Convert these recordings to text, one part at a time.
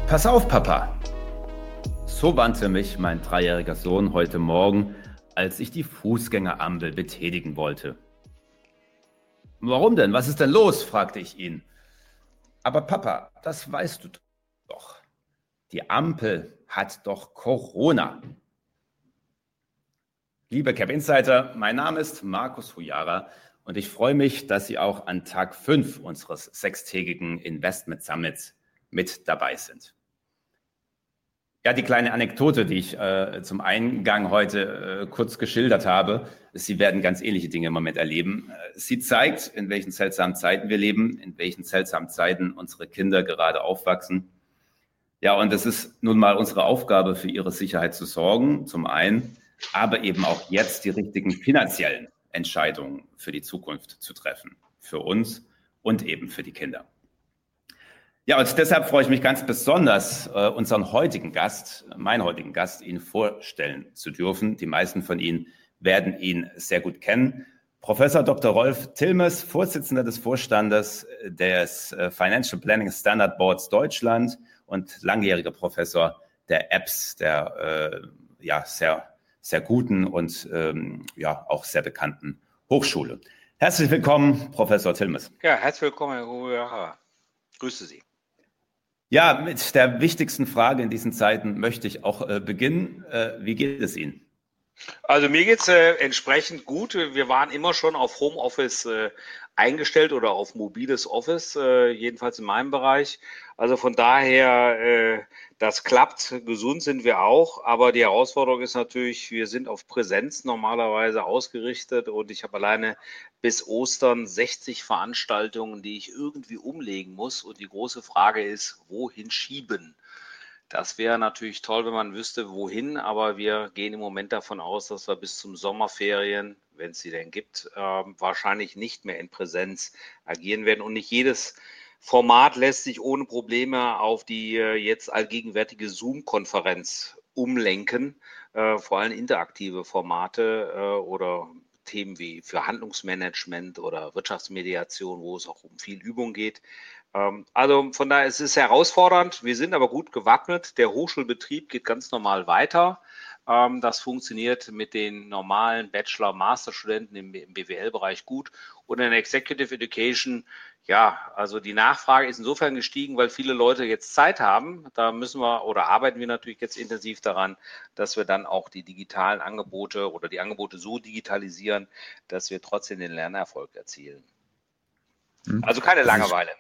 Pass auf, Papa. So warnte mich mein 3-jähriger Sohn heute Morgen, als ich die Fußgängerampel betätigen wollte. Warum denn? Was ist denn los? Fragte ich ihn. Aber Papa, das weißt du doch. Die Ampel hat doch Corona. Liebe Cap Insider, mein Name ist Markus Hujara und ich freue mich, dass Sie auch an Tag 5 unseres 6-tägigen Investment Summits mit dabei sind. Ja, die kleine Anekdote, die ich zum Eingang heute kurz geschildert habe, Sie werden ganz ähnliche Dinge im Moment erleben. Sie zeigt, in welchen seltsamen Zeiten wir leben, in welchen seltsamen Zeiten unsere Kinder gerade aufwachsen. Ja, und es ist nun mal unsere Aufgabe, für ihre Sicherheit zu sorgen, zum einen, aber eben auch jetzt die richtigen finanziellen Entscheidungen für die Zukunft zu treffen, für uns und eben für die Kinder. Ja, und deshalb freue ich mich ganz besonders, unseren heutigen Gast, meinen heutigen Gast, Ihnen vorstellen zu dürfen. Die meisten von Ihnen werden ihn sehr gut kennen. Professor Dr. Rolf Tilmes, Vorsitzender des Vorstandes des Financial Planning Standard Boards Deutschland und langjähriger Professor der EBS, der sehr guten und auch sehr bekannten Hochschule. Herzlich willkommen, Professor Tilmes. Ja, herzlich willkommen, Herr Hujara. Grüße Sie. Ja, mit der wichtigsten Frage in diesen Zeiten möchte ich auch beginnen. Wie geht es Ihnen? Also mir geht es entsprechend gut. Wir waren immer schon auf Homeoffice eingestellt oder auf mobiles Office, jedenfalls in meinem Bereich. Also von daher, das klappt. Gesund sind wir auch. Aber die Herausforderung ist natürlich, wir sind auf Präsenz normalerweise ausgerichtet und ich habe alleine bis Ostern 60 Veranstaltungen, die ich irgendwie umlegen muss. Und die große Frage ist, wohin schieben? Das wäre natürlich toll, wenn man wüsste, wohin, aber wir gehen im Moment davon aus, dass wir bis zum Sommerferien, wenn es sie denn gibt, wahrscheinlich nicht mehr in Präsenz agieren werden. Und nicht jedes Format lässt sich ohne Probleme auf die jetzt allgegenwärtige Zoom-Konferenz umlenken. Vor allem interaktive Formate oder Themen wie Verhandlungsmanagement oder Wirtschaftsmediation, wo es auch um viel Übung geht. Also von daher ist es herausfordernd. Wir sind aber gut gewappnet. Der Hochschulbetrieb geht ganz normal weiter. Das funktioniert mit den normalen Bachelor-Master-Studenten im BWL-Bereich gut. Und in Executive Education, ja, also die Nachfrage ist insofern gestiegen, weil viele Leute jetzt Zeit haben. Da müssen wir oder arbeiten wir natürlich jetzt intensiv daran, dass wir dann auch die digitalen Angebote oder die Angebote so digitalisieren, dass wir trotzdem den Lernerfolg erzielen. Also keine Langeweile.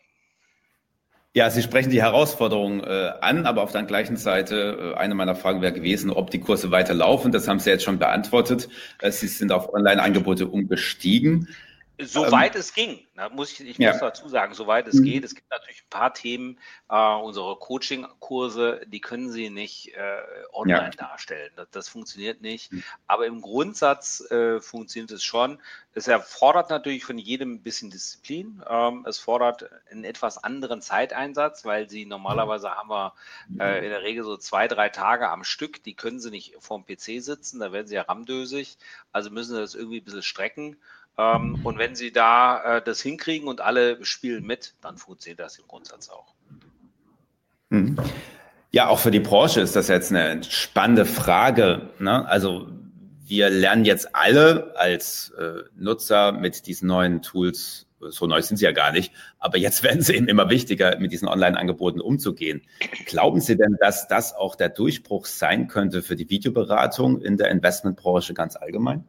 Ja, Sie sprechen die Herausforderung an, aber auf der gleichen Seite, eine meiner Fragen wäre gewesen, ob die Kurse weiterlaufen. Das haben Sie jetzt schon beantwortet. Sie sind auf Online-Angebote umgestiegen. Soweit es ging, muss dazu sagen, soweit es geht. Es gibt natürlich ein paar Themen, unsere Coaching-Kurse, die können Sie nicht online darstellen. Das funktioniert nicht. Aber im Grundsatz funktioniert es schon. Es erfordert natürlich von jedem ein bisschen Disziplin. Es fordert einen etwas anderen Zeiteinsatz, weil Sie normalerweise haben wir in der Regel so 2-3 Tage am Stück. Die können Sie nicht vorm PC sitzen, da werden Sie ja rammdösig. Also müssen Sie das irgendwie ein bisschen strecken. Und wenn Sie da das hinkriegen und alle spielen mit, dann funktioniert das im Grundsatz auch. Ja, auch für die Branche ist das jetzt eine spannende Frage, ne? Also wir lernen jetzt alle als Nutzer mit diesen neuen Tools, so neu sind sie ja gar nicht, aber jetzt werden sie eben immer wichtiger, mit diesen Online-Angeboten umzugehen. Glauben Sie denn, dass das auch der Durchbruch sein könnte für die Videoberatung in der Investmentbranche ganz allgemein?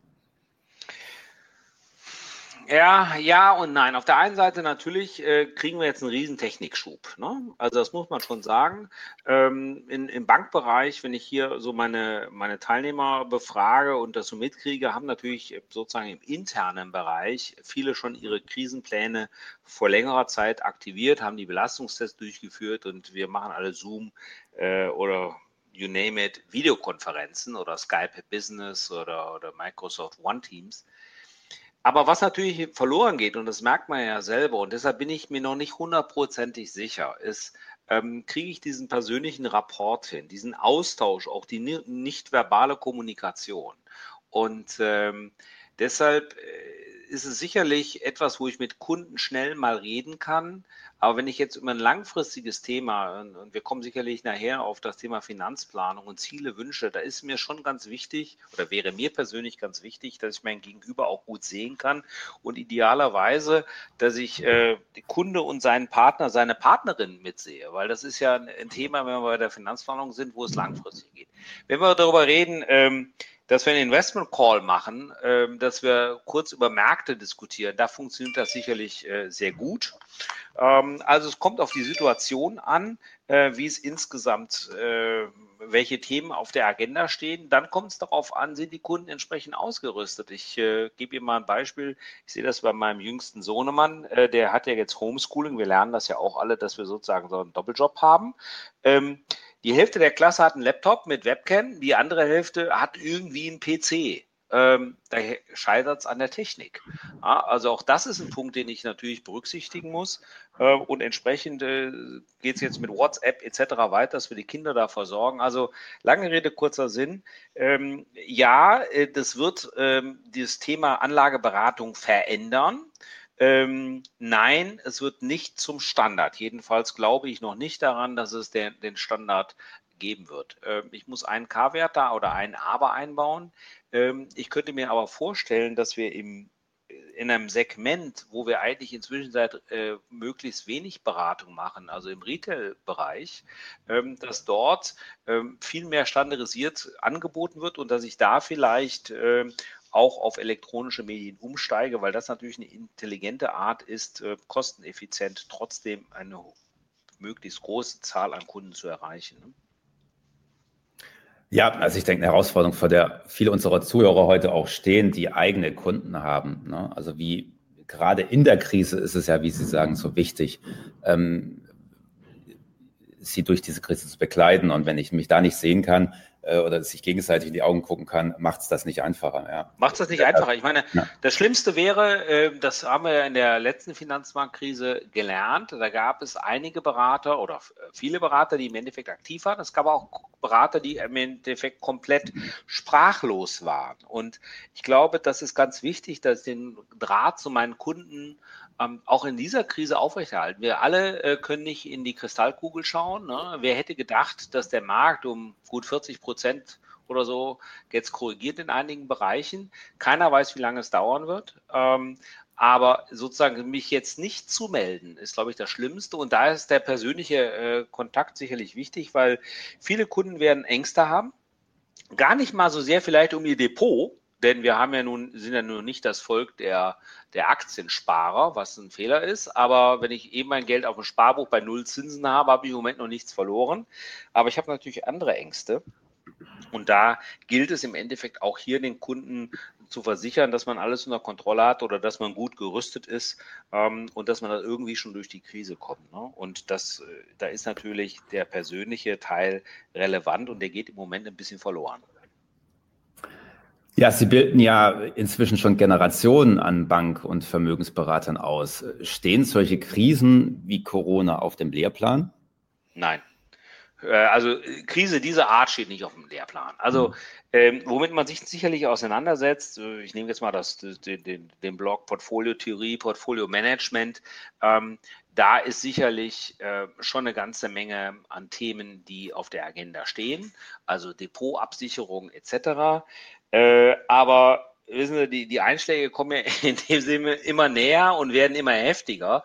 Ja und nein. Auf der einen Seite natürlich kriegen wir jetzt einen riesen Technikschub, ne? Also das muss man schon sagen. Im Bankbereich, wenn ich hier so meine Teilnehmer befrage und das so mitkriege, haben natürlich sozusagen im internen Bereich viele schon ihre Krisenpläne vor längerer Zeit aktiviert, haben die Belastungstests durchgeführt und wir machen alle Zoom oder you name it, Videokonferenzen oder Skype Business oder Microsoft One Teams. Aber was natürlich verloren geht, und das merkt man ja selber, und deshalb bin ich mir noch nicht hundertprozentig sicher, ist, kriege ich diesen persönlichen Rapport hin, diesen Austausch, auch die nicht verbale Kommunikation. Und deshalb ist es sicherlich etwas, wo ich mit Kunden schnell mal reden kann. Aber wenn ich jetzt über ein langfristiges Thema, und wir kommen sicherlich nachher auf das Thema Finanzplanung und Ziele, Wünsche, da ist mir schon ganz wichtig oder wäre mir persönlich ganz wichtig, dass ich mein Gegenüber auch gut sehen kann und idealerweise, dass ich den Kunde und seinen Partner, seine Partnerin mitsehe, weil das ist ja ein Thema, wenn wir bei der Finanzplanung sind, wo es langfristig geht. Wenn wir darüber reden, dass wir einen Investment Call machen, dass wir kurz über Märkte diskutieren, da funktioniert das sicherlich sehr gut. Also es kommt auf die Situation an, wie es insgesamt, welche Themen auf der Agenda stehen. Dann kommt es darauf an, sind die Kunden entsprechend ausgerüstet. Ich gebe Ihnen mal ein Beispiel. Ich sehe das bei meinem jüngsten Sohnemann, der hat ja jetzt Homeschooling. Wir lernen das ja auch alle, dass wir sozusagen so einen Doppeljob haben. Die Hälfte der Klasse hat einen Laptop mit Webcam, die andere Hälfte hat irgendwie einen PC. Da scheitert es an der Technik. Ja, also auch das ist ein Punkt, den ich natürlich berücksichtigen muss. Und entsprechend geht es jetzt mit WhatsApp etc. weiter, dass wir die Kinder da versorgen. Also lange Rede, kurzer Sinn. Das wird dieses Thema Anlageberatung verändern. Nein, es wird nicht zum Standard. Jedenfalls glaube ich noch nicht daran, dass es den Standard geben wird. Ich muss einen K-Wert da oder einen Aber einbauen. Ich könnte mir aber vorstellen, dass wir in einem Segment, wo wir eigentlich inzwischen seit möglichst wenig Beratung machen, also im Retail-Bereich, dass dort viel mehr standardisiert angeboten wird und dass ich da vielleicht auch auf elektronische Medien umsteige, weil das natürlich eine intelligente Art ist, kosteneffizient trotzdem eine möglichst große Zahl an Kunden zu erreichen. Ne? Ja, also ich denke, eine Herausforderung, vor der viele unserer Zuhörer heute auch stehen, die eigene Kunden haben. Ne? Also wie gerade in der Krise ist es ja, wie Sie sagen, so wichtig, sie durch diese Krise zu begleiten. Und wenn ich mich da nicht sehen kann oder sich gegenseitig in die Augen gucken kann, macht es das nicht einfacher. Ja. Macht es das nicht einfacher? Ich meine, das Schlimmste wäre, das haben wir ja in der letzten Finanzmarktkrise gelernt, da gab es einige Berater oder viele Berater, die im Endeffekt aktiv waren. Es gab auch Berater, die im Endeffekt komplett sprachlos waren. Und ich glaube, das ist ganz wichtig, dass ich den Draht zu meinen Kunden auch in dieser Krise aufrechterhalten. Wir alle können nicht in die Kristallkugel schauen. Ne? Wer hätte gedacht, dass der Markt um gut 40% oder so jetzt korrigiert in einigen Bereichen? Keiner weiß, wie lange es dauern wird. Aber sozusagen mich jetzt nicht zu melden, ist, glaube ich, das Schlimmste. Und da ist der persönliche Kontakt sicherlich wichtig, weil viele Kunden werden Ängste haben. Gar nicht mal so sehr vielleicht um ihr Depot, denn wir sind ja nun nicht das Volk der Aktiensparer, was ein Fehler ist. Aber wenn ich eben mein Geld auf dem Sparbuch bei Null Zinsen habe, habe ich im Moment noch nichts verloren. Aber ich habe natürlich andere Ängste. Und da gilt es im Endeffekt auch hier den Kunden zu versichern, dass man alles unter Kontrolle hat oder dass man gut gerüstet ist und dass man da irgendwie schon durch die Krise kommt. Ne? Und da ist natürlich der persönliche Teil relevant und der geht im Moment ein bisschen verloren. Ja, Sie bilden ja inzwischen schon Generationen an Bank- und Vermögensberatern aus. Stehen solche Krisen wie Corona auf dem Lehrplan? Nein. Also Krise dieser Art steht nicht auf dem Lehrplan. Also womit man sich sicherlich auseinandersetzt, ich nehme jetzt mal den Blog Portfolio-Theorie, Portfolio-Management, da ist sicherlich schon eine ganze Menge an Themen, die auf der Agenda stehen, also Depotabsicherung etc. Aber wissen Sie, die Einschläge kommen ja in dem Sinne immer näher und werden immer heftiger.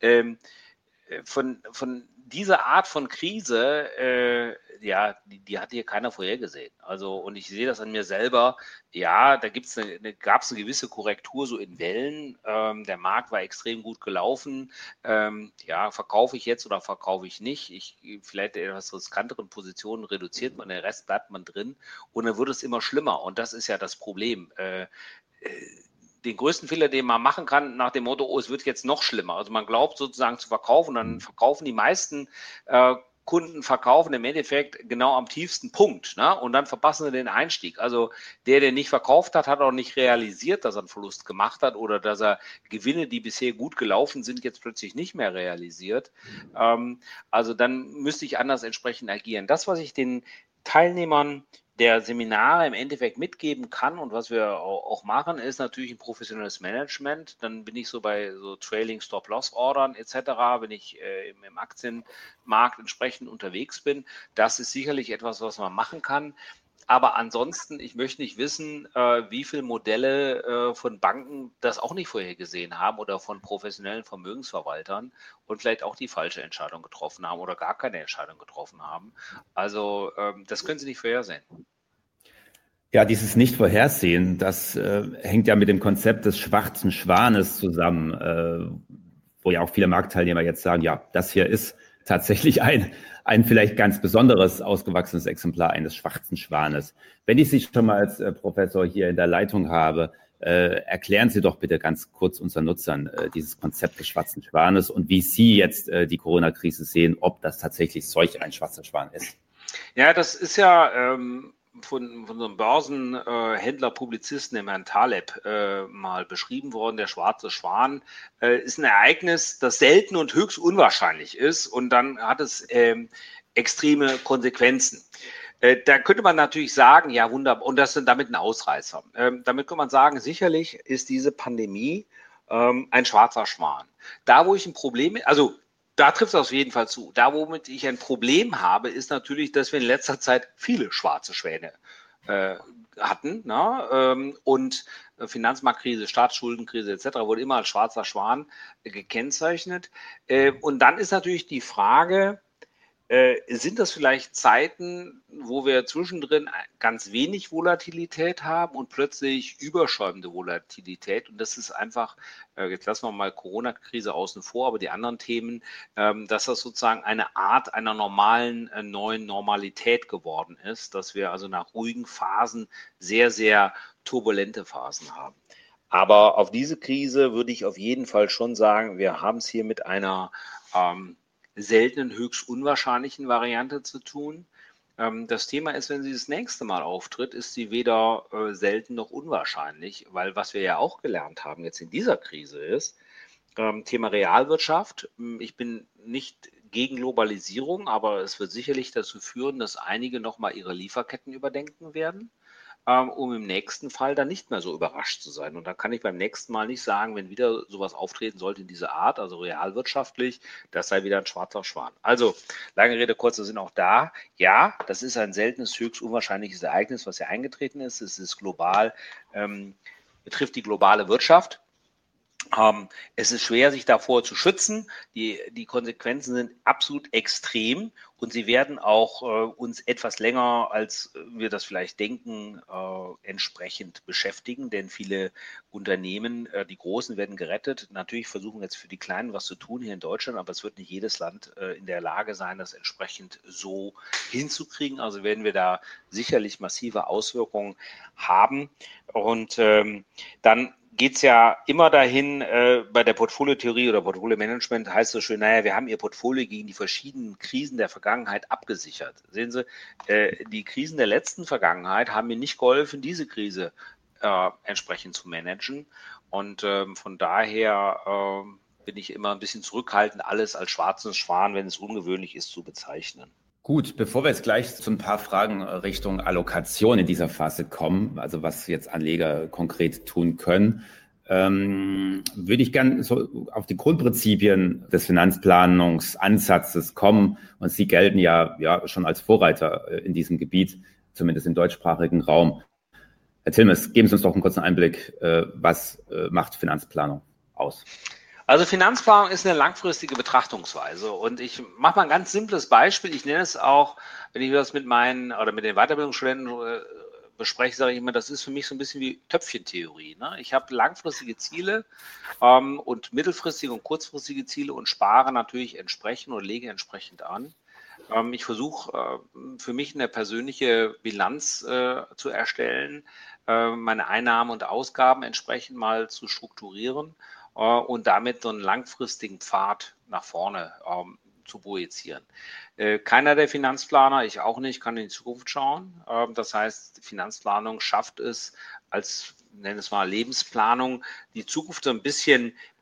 Von dieser Art von Krise, die hat hier keiner vorhergesehen. Also, und ich sehe das an mir selber. Ja, da gab es eine gewisse Korrektur so in Wellen. Der Markt war extrem gut gelaufen. Verkaufe ich jetzt oder verkaufe ich nicht? Vielleicht in etwas riskanteren Positionen reduziert man, der Rest bleibt man drin. Und dann wird es immer schlimmer. Und das ist ja das Problem. Den größten Fehler, den man machen kann, nach dem Motto, oh, es wird jetzt noch schlimmer. Also man glaubt sozusagen zu verkaufen, dann verkaufen die meisten Kunden im Endeffekt genau am tiefsten Punkt. Ne? Und dann verpassen sie den Einstieg. Also der nicht verkauft hat, hat auch nicht realisiert, dass er einen Verlust gemacht hat oder dass er Gewinne, die bisher gut gelaufen sind, jetzt plötzlich nicht mehr realisiert. Also dann müsste ich anders entsprechend agieren. Das, was ich den Teilnehmern der Seminare im Endeffekt mitgeben kann und was wir auch machen, ist natürlich ein professionelles Management. Dann bin ich so bei so Trailing Stop-Loss-Ordern etc., wenn ich im Aktienmarkt entsprechend unterwegs bin. Das ist sicherlich etwas, was man machen kann. Aber ansonsten, ich möchte nicht wissen, wie viele Modelle von Banken das auch nicht vorher gesehen haben oder von professionellen Vermögensverwaltern und vielleicht auch die falsche Entscheidung getroffen haben oder gar keine Entscheidung getroffen haben. Also das können Sie nicht vorhersehen. Ja, dieses Nicht-Vorhersehen, das hängt ja mit dem Konzept des schwarzen Schwanes zusammen, wo ja auch viele Marktteilnehmer jetzt sagen, ja, das hier ist tatsächlich ein vielleicht ganz besonderes, ausgewachsenes Exemplar eines schwarzen Schwanes. Wenn ich Sie schon mal als Professor hier in der Leitung habe, erklären Sie doch bitte ganz kurz unseren Nutzern dieses Konzept des schwarzen Schwanes und wie Sie jetzt die Corona-Krise sehen, ob das tatsächlich solch ein schwarzer Schwan ist. Ja, das ist ja von so einem Börsenhändler, Publizisten, dem Herrn Taleb, mal beschrieben worden. Der schwarze Schwan ist ein Ereignis, das selten und höchst unwahrscheinlich ist und dann hat es extreme Konsequenzen. Da könnte man natürlich sagen, ja wunderbar, und das sind damit ein Ausreißer. Damit kann man sagen, sicherlich ist diese Pandemie ein schwarzer Schwan. Da, wo ich ein Problem, also da trifft es auf jeden Fall zu. Da, womit ich ein Problem habe, ist natürlich, dass wir in letzter Zeit viele schwarze Schwäne hatten. Und Finanzmarktkrise, Staatsschuldenkrise etc. wurde immer als schwarzer Schwan gekennzeichnet. Und dann ist natürlich die Frage, sind das vielleicht Zeiten, wo wir zwischendrin ganz wenig Volatilität haben und plötzlich überschäumende Volatilität? Und das ist einfach, jetzt lassen wir mal Corona-Krise außen vor, aber die anderen Themen, dass das sozusagen eine Art einer normalen neuen Normalität geworden ist, dass wir also nach ruhigen Phasen sehr, sehr turbulente Phasen haben. Aber auf diese Krise würde ich auf jeden Fall schon sagen, wir haben es hier mit einer seltenen, höchst unwahrscheinlichen Variante zu tun. Das Thema ist, wenn sie das nächste Mal auftritt, ist sie weder selten noch unwahrscheinlich, weil was wir ja auch gelernt haben jetzt in dieser Krise ist, Thema Realwirtschaft. Ich bin nicht gegen Globalisierung, aber es wird sicherlich dazu führen, dass einige nochmal ihre Lieferketten überdenken werden, um im nächsten Fall dann nicht mehr so überrascht zu sein. Und da kann ich beim nächsten Mal nicht sagen, wenn wieder sowas auftreten sollte in dieser Art, also realwirtschaftlich, das sei wieder ein schwarzer Schwan. Also, lange Rede, kurzer Sinn auch da. Ja, das ist ein seltenes, höchst unwahrscheinliches Ereignis, was ja eingetreten ist. Es ist global, betrifft die globale Wirtschaft. Es ist schwer, sich davor zu schützen. Die Konsequenzen sind absolut extrem und sie werden auch uns etwas länger, als wir das vielleicht denken, entsprechend beschäftigen, denn viele Unternehmen, die Großen, werden gerettet. Natürlich versuchen jetzt für die Kleinen was zu tun hier in Deutschland, aber es wird nicht jedes Land in der Lage sein, das entsprechend so hinzukriegen. Also werden wir da sicherlich massive Auswirkungen haben. Und dann geht es ja immer dahin, bei der Portfoliotheorie oder Portfolio-Management heißt es schön, naja, wir haben Ihr Portfolio gegen die verschiedenen Krisen der Vergangenheit abgesichert. Sehen Sie, die Krisen der letzten Vergangenheit haben mir nicht geholfen, diese Krise entsprechend zu managen. Und von daher bin ich immer ein bisschen zurückhaltend, alles als schwarzen Schwan, wenn es ungewöhnlich ist, zu bezeichnen. Gut, bevor wir jetzt gleich zu ein paar Fragen Richtung Allokation in dieser Phase kommen, also was jetzt Anleger konkret tun können, würde ich gerne so auf die Grundprinzipien des Finanzplanungsansatzes kommen. Und Sie gelten ja schon als Vorreiter in diesem Gebiet, zumindest im deutschsprachigen Raum. Herr Tilmes, geben Sie uns doch einen kurzen Einblick, was macht Finanzplanung aus? Also Finanzplanung ist eine langfristige Betrachtungsweise und ich mache mal ein ganz simples Beispiel. Ich nenne es auch, wenn ich das mit meinen oder mit den Weiterbildungsstudenten bespreche, sage ich immer, das ist für mich so ein bisschen wie Töpfchentheorie. Ne? Ich habe langfristige Ziele und mittelfristige und kurzfristige Ziele und spare natürlich entsprechend oder lege entsprechend an. Ich versuche für mich eine persönliche Bilanz zu erstellen, meine Einnahmen und Ausgaben entsprechend mal zu strukturieren und damit so einen langfristigen Pfad nach vorne zu projizieren. Keiner der Finanzplaner, ich auch nicht, kann in die Zukunft schauen. Das heißt, Finanzplanung schafft es als, nenne es mal Lebensplanung, die Zukunft so ein bisschen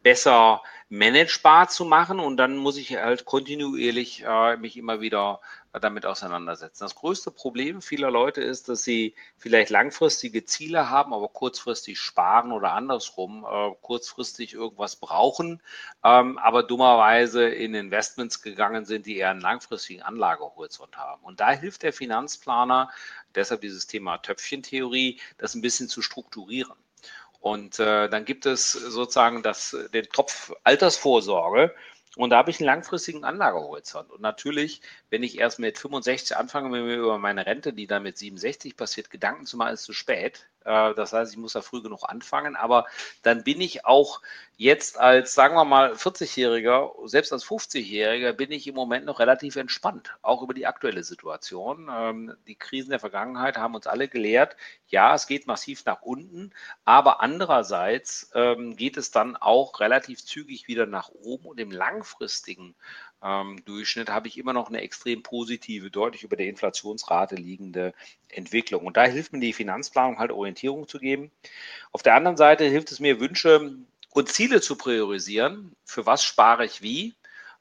besser managebar zu machen, und dann muss ich halt kontinuierlich mich immer wieder damit auseinandersetzen. Das größte Problem vieler Leute ist, dass sie vielleicht langfristige Ziele haben, aber kurzfristig sparen oder andersrum, kurzfristig irgendwas brauchen, aber dummerweise in Investments gegangen sind, die eher einen langfristigen Anlagehorizont haben. Und da hilft der Finanzplaner, deshalb dieses Thema Töpfchentheorie, das ein bisschen zu strukturieren. Und dann gibt es sozusagen den Topf Altersvorsorge. Und da habe ich einen langfristigen Anlagehorizont. Und natürlich, wenn ich erst mit 65 anfange, mir über meine Rente, die dann mit 67 passiert, Gedanken zu machen, ist zu spät. Das heißt, ich muss da früh genug anfangen. Aber dann bin ich auch jetzt als, sagen wir mal, 40-Jähriger, selbst als 50-Jähriger, bin ich im Moment noch relativ entspannt, auch über die aktuelle Situation. Die Krisen der Vergangenheit haben uns alle gelehrt, ja, es geht massiv nach unten, aber andererseits geht es dann auch relativ zügig wieder nach oben, und im langfristigen Durchschnitt habe ich immer noch eine extrem positive, deutlich über der Inflationsrate liegende Entwicklung. Und da hilft mir die Finanzplanung halt, Orientierung zu geben. Auf der anderen Seite hilft es mir, Wünsche und Ziele zu priorisieren. Für was spare ich wie?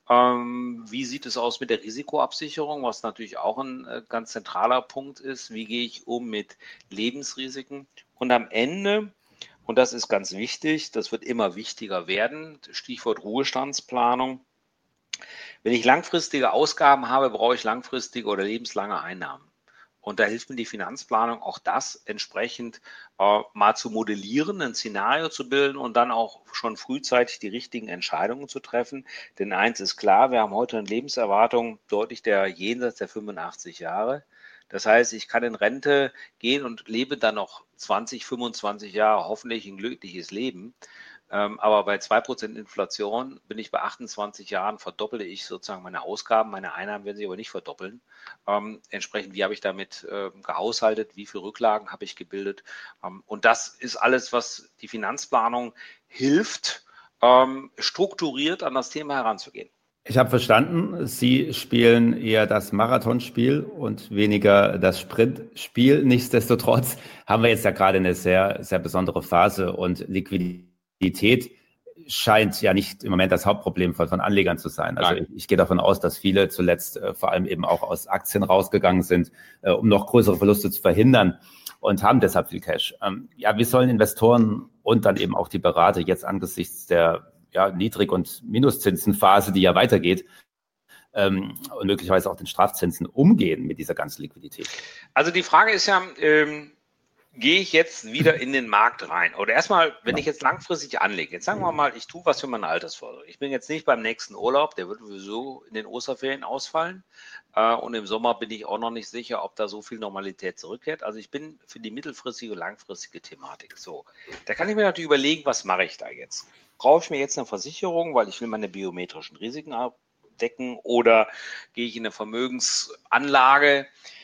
Wie sieht es aus mit der Risikoabsicherung, was natürlich auch ein ganz zentraler Punkt ist? Wie gehe ich um mit Lebensrisiken? Und am Ende, und das ist ganz wichtig, das wird immer wichtiger werden, Stichwort Ruhestandsplanung. Wenn ich langfristige Ausgaben habe, brauche ich langfristige oder lebenslange Einnahmen. Und da hilft mir die Finanzplanung, auch das entsprechend mal zu modellieren, ein Szenario zu bilden und dann auch schon frühzeitig die richtigen Entscheidungen zu treffen. Denn eins ist klar, wir haben heute eine Lebenserwartung deutlich jenseits der 85 Jahre. Das heißt, ich kann in Rente gehen und lebe dann noch 20, 25 Jahre hoffentlich ein glückliches Leben. Aber bei 2% Inflation bin ich bei 28 Jahren, verdopple ich sozusagen meine Ausgaben. Meine Einnahmen werden sich aber nicht verdoppeln. Entsprechend, wie habe ich damit gehaushaltet? Wie viele Rücklagen habe ich gebildet? Und das ist alles, was die Finanzplanung hilft, strukturiert an das Thema heranzugehen. Ich habe verstanden, Sie spielen eher das Marathonspiel und weniger das Sprintspiel. Nichtsdestotrotz haben wir jetzt ja gerade eine sehr, sehr besondere Phase, und Liquidität scheint ja nicht im Moment das Hauptproblem von Anlegern zu sein. Also ich gehe davon aus, dass viele zuletzt vor allem eben auch aus Aktien rausgegangen sind, um noch größere Verluste zu verhindern, und haben deshalb viel Cash. Ja, wie sollen Investoren und dann eben auch die Berater jetzt angesichts der Niedrig- und Minuszinsenphase, die ja weitergeht, und möglicherweise auch den Strafzinsen umgehen mit dieser ganzen Liquidität? Also die Frage ist ja, gehe ich jetzt wieder in den Markt rein? Oder erstmal, wenn ich jetzt langfristig anlege, jetzt sagen wir mal, ich tue was für meine Altersvorsorge. Ich bin jetzt nicht beim nächsten Urlaub, der wird sowieso in den Osterferien ausfallen. Und im Sommer bin ich auch noch nicht sicher, ob da so viel Normalität zurückkehrt. Also ich bin für die mittelfristige und langfristige Thematik. So, da kann ich mir natürlich überlegen, was mache ich da jetzt? Brauche ich mir jetzt eine Versicherung, weil ich will meine biometrischen Risiken abdecken, oder gehe ich in eine Vermögensanlage?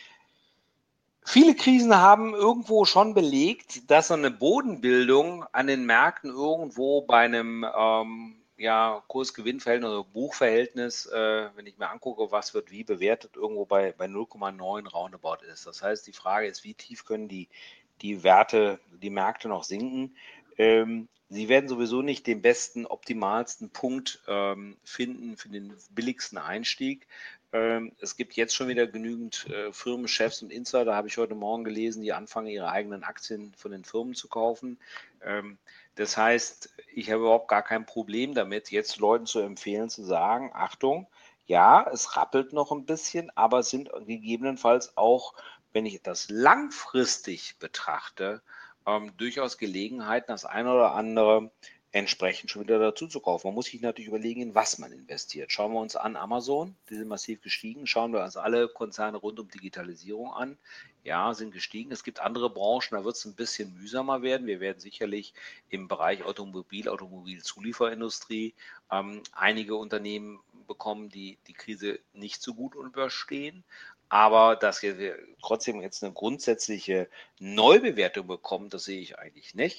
Viele Krisen haben irgendwo schon belegt, dass so eine Bodenbildung an den Märkten irgendwo bei einem Kurs-Gewinn-Verhältnis oder Buchverhältnis, wenn ich mir angucke, was wird wie bewertet, irgendwo bei 0,9 roundabout ist. Das heißt, die Frage ist, wie tief können die Werte, die Märkte noch sinken? Sie werden sowieso nicht den besten, optimalsten Punkt finden für den billigsten Einstieg. Es gibt jetzt schon wieder genügend Firmenchefs und Insider, habe ich heute Morgen gelesen, die anfangen, ihre eigenen Aktien von den Firmen zu kaufen. Das heißt, ich habe überhaupt gar kein Problem damit, jetzt Leuten zu empfehlen, zu sagen, Achtung, ja, es rappelt noch ein bisschen, aber es sind gegebenenfalls auch, wenn ich das langfristig betrachte, durchaus Gelegenheiten, das eine oder andere entsprechend schon wieder dazu zu kaufen. Man muss sich natürlich überlegen, in was man investiert. Schauen wir uns an Amazon, die sind massiv gestiegen. Schauen wir uns alle Konzerne rund um Digitalisierung an. Ja, sind gestiegen. Es gibt andere Branchen, da wird es ein bisschen mühsamer werden. Wir werden sicherlich im Bereich Automobilzulieferindustrie einige Unternehmen bekommen, die die Krise nicht so gut überstehen. Aber dass wir trotzdem jetzt eine grundsätzliche Neubewertung bekommen, das sehe ich eigentlich nicht.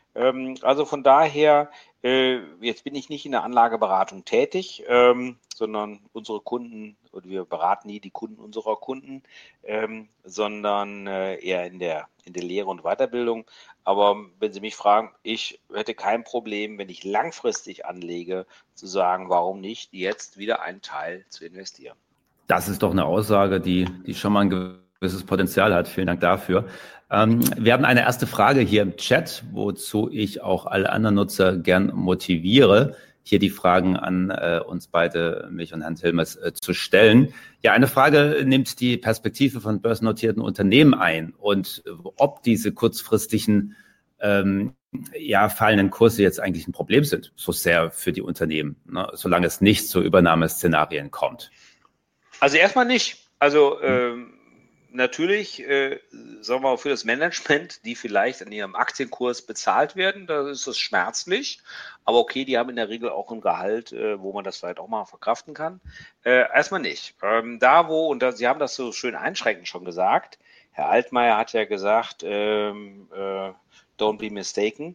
Also von daher, jetzt bin ich nicht in der Anlageberatung tätig, sondern unsere Kunden, oder wir beraten nie die Kunden unserer Kunden, sondern eher in der Lehre und Weiterbildung. Aber wenn Sie mich fragen, ich hätte kein Problem, wenn ich langfristig anlege, zu sagen, warum nicht jetzt wieder einen Teil zu investieren. Das ist doch eine Aussage, die schon mal ein gewisses Potenzial hat. Vielen Dank dafür. Wir haben eine erste Frage hier im Chat, wozu ich auch alle anderen Nutzer gern motiviere, hier die Fragen an uns beide, mich und Herrn Tilmes, zu stellen. Ja, eine Frage nimmt die Perspektive von börsennotierten Unternehmen ein und ob diese kurzfristigen fallenden Kurse jetzt eigentlich ein Problem sind, so sehr für die Unternehmen, ne, solange es nicht zu Übernahmeszenarien kommt. Also erstmal nicht. Also natürlich, sagen wir mal, für das Management, die vielleicht an ihrem Aktienkurs bezahlt werden, da ist das schmerzlich. Aber okay, die haben in der Regel auch ein Gehalt, wo man das vielleicht auch mal verkraften kann. Erstmal nicht. Sie haben das so schön einschränkend schon gesagt. Herr Altmaier hat ja gesagt, don't be mistaken.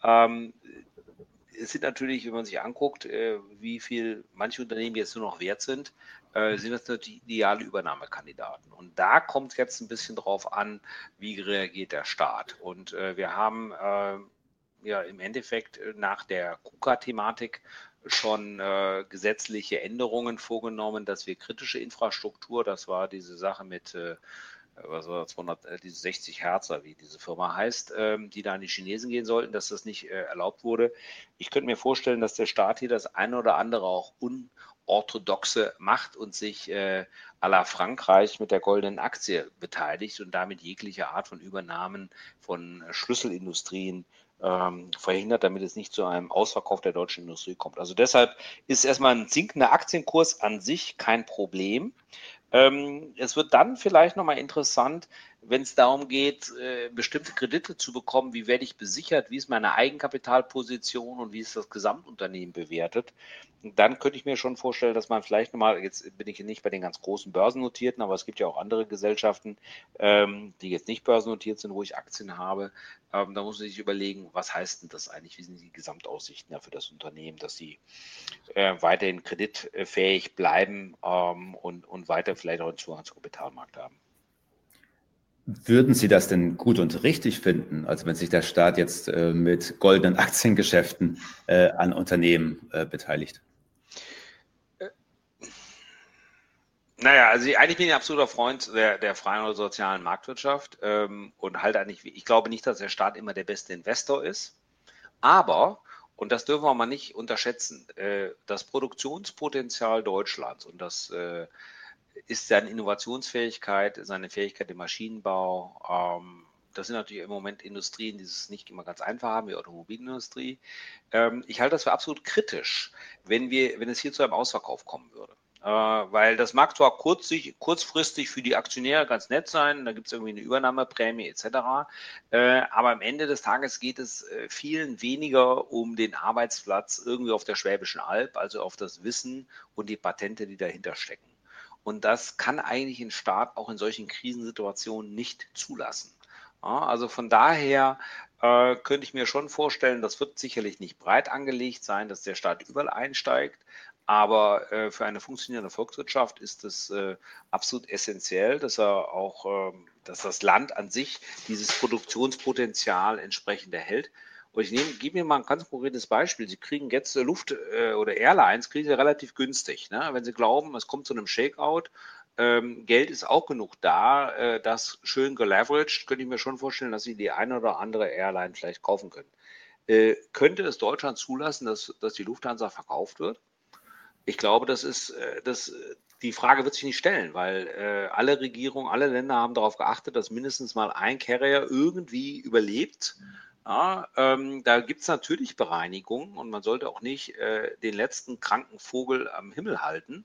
Es sind natürlich, wenn man sich anguckt, wie viel manche Unternehmen jetzt nur noch wert sind, sind das natürlich die ideale Übernahmekandidaten. Und da kommt es jetzt ein bisschen drauf an, wie reagiert der Staat. Und wir haben ja im Endeffekt nach der KUKA-Thematik schon gesetzliche Änderungen vorgenommen, dass wir kritische Infrastruktur, das war diese Sache mit was war 200, diese 60 Hertzer, wie diese Firma heißt, die da an die Chinesen gehen sollten, dass das nicht erlaubt wurde. Ich könnte mir vorstellen, dass der Staat hier das eine oder andere auch unorthodoxe macht und sich à la Frankreich mit der goldenen Aktie beteiligt und damit jegliche Art von Übernahmen von Schlüsselindustrien verhindert, damit es nicht zu einem Ausverkauf der deutschen Industrie kommt. Also deshalb ist erstmal ein sinkender Aktienkurs an sich kein Problem. Es wird dann vielleicht nochmal interessant, wenn es darum geht, bestimmte Kredite zu bekommen, wie werde ich besichert, wie ist meine Eigenkapitalposition und wie ist das Gesamtunternehmen bewertet. Und dann könnte ich mir schon vorstellen, dass man vielleicht nochmal, jetzt bin ich nicht bei den ganz großen Börsennotierten, aber es gibt ja auch andere Gesellschaften, die jetzt nicht börsennotiert sind, wo ich Aktien habe. Da muss man sich überlegen, was heißt denn das eigentlich, wie sind die Gesamtaussichten ja für das Unternehmen, dass sie weiterhin kreditfähig bleiben und weiter vielleicht auch einen Zugang zum Kapitalmarkt haben. Würden Sie das denn gut und richtig finden, also wenn sich der Staat jetzt mit goldenen Aktiengeschäften an Unternehmen beteiligt? Naja, also eigentlich bin ich ein absoluter Freund der freien oder sozialen Marktwirtschaft und halt eigentlich, ich glaube nicht, dass der Staat immer der beste Investor ist, aber, und das dürfen wir mal nicht unterschätzen, das Produktionspotenzial Deutschlands und das ist seine Innovationsfähigkeit, seine Fähigkeit im Maschinenbau. Das sind natürlich im Moment Industrien, die es nicht immer ganz einfach haben, wie Automobilindustrie. Ich halte das für absolut kritisch, wenn es hier zu einem Ausverkauf kommen würde. Weil das mag zwar kurzfristig für die Aktionäre ganz nett sein, da gibt es irgendwie eine Übernahmeprämie etc., aber am Ende des Tages geht es vielen weniger um den Arbeitsplatz irgendwie auf der Schwäbischen Alb, also auf das Wissen und die Patente, die dahinter stecken. Und das kann eigentlich ein Staat auch in solchen Krisensituationen nicht zulassen. Ja, also von daher könnte ich mir schon vorstellen, das wird sicherlich nicht breit angelegt sein, dass der Staat überall einsteigt. Aber für eine funktionierende Volkswirtschaft ist es absolut essentiell, dass dass das Land an sich dieses Produktionspotenzial entsprechend erhält. Und gebe mir mal ein ganz konkretes Beispiel. Sie kriegen jetzt oder Airlines kriegen Sie relativ günstig, ne? Wenn Sie glauben, es kommt zu einem Shakeout, Geld ist auch genug da, das schön geleveraged, könnte ich mir schon vorstellen, dass Sie die eine oder andere Airline vielleicht kaufen können. Könnte es Deutschland zulassen, dass die Lufthansa verkauft wird? Ich glaube, die Frage wird sich nicht stellen, weil alle Regierungen, alle Länder haben darauf geachtet, dass mindestens mal ein Carrier irgendwie überlebt. Ja, da gibt es natürlich Bereinigungen und man sollte auch nicht den letzten kranken Vogel am Himmel halten.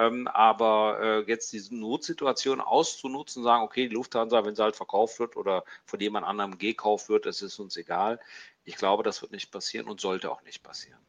Aber jetzt diese Notsituation auszunutzen, sagen, okay, die Lufthansa, wenn sie halt verkauft wird oder von jemand anderem gekauft wird, das ist uns egal. Ich glaube, das wird nicht passieren und sollte auch nicht passieren.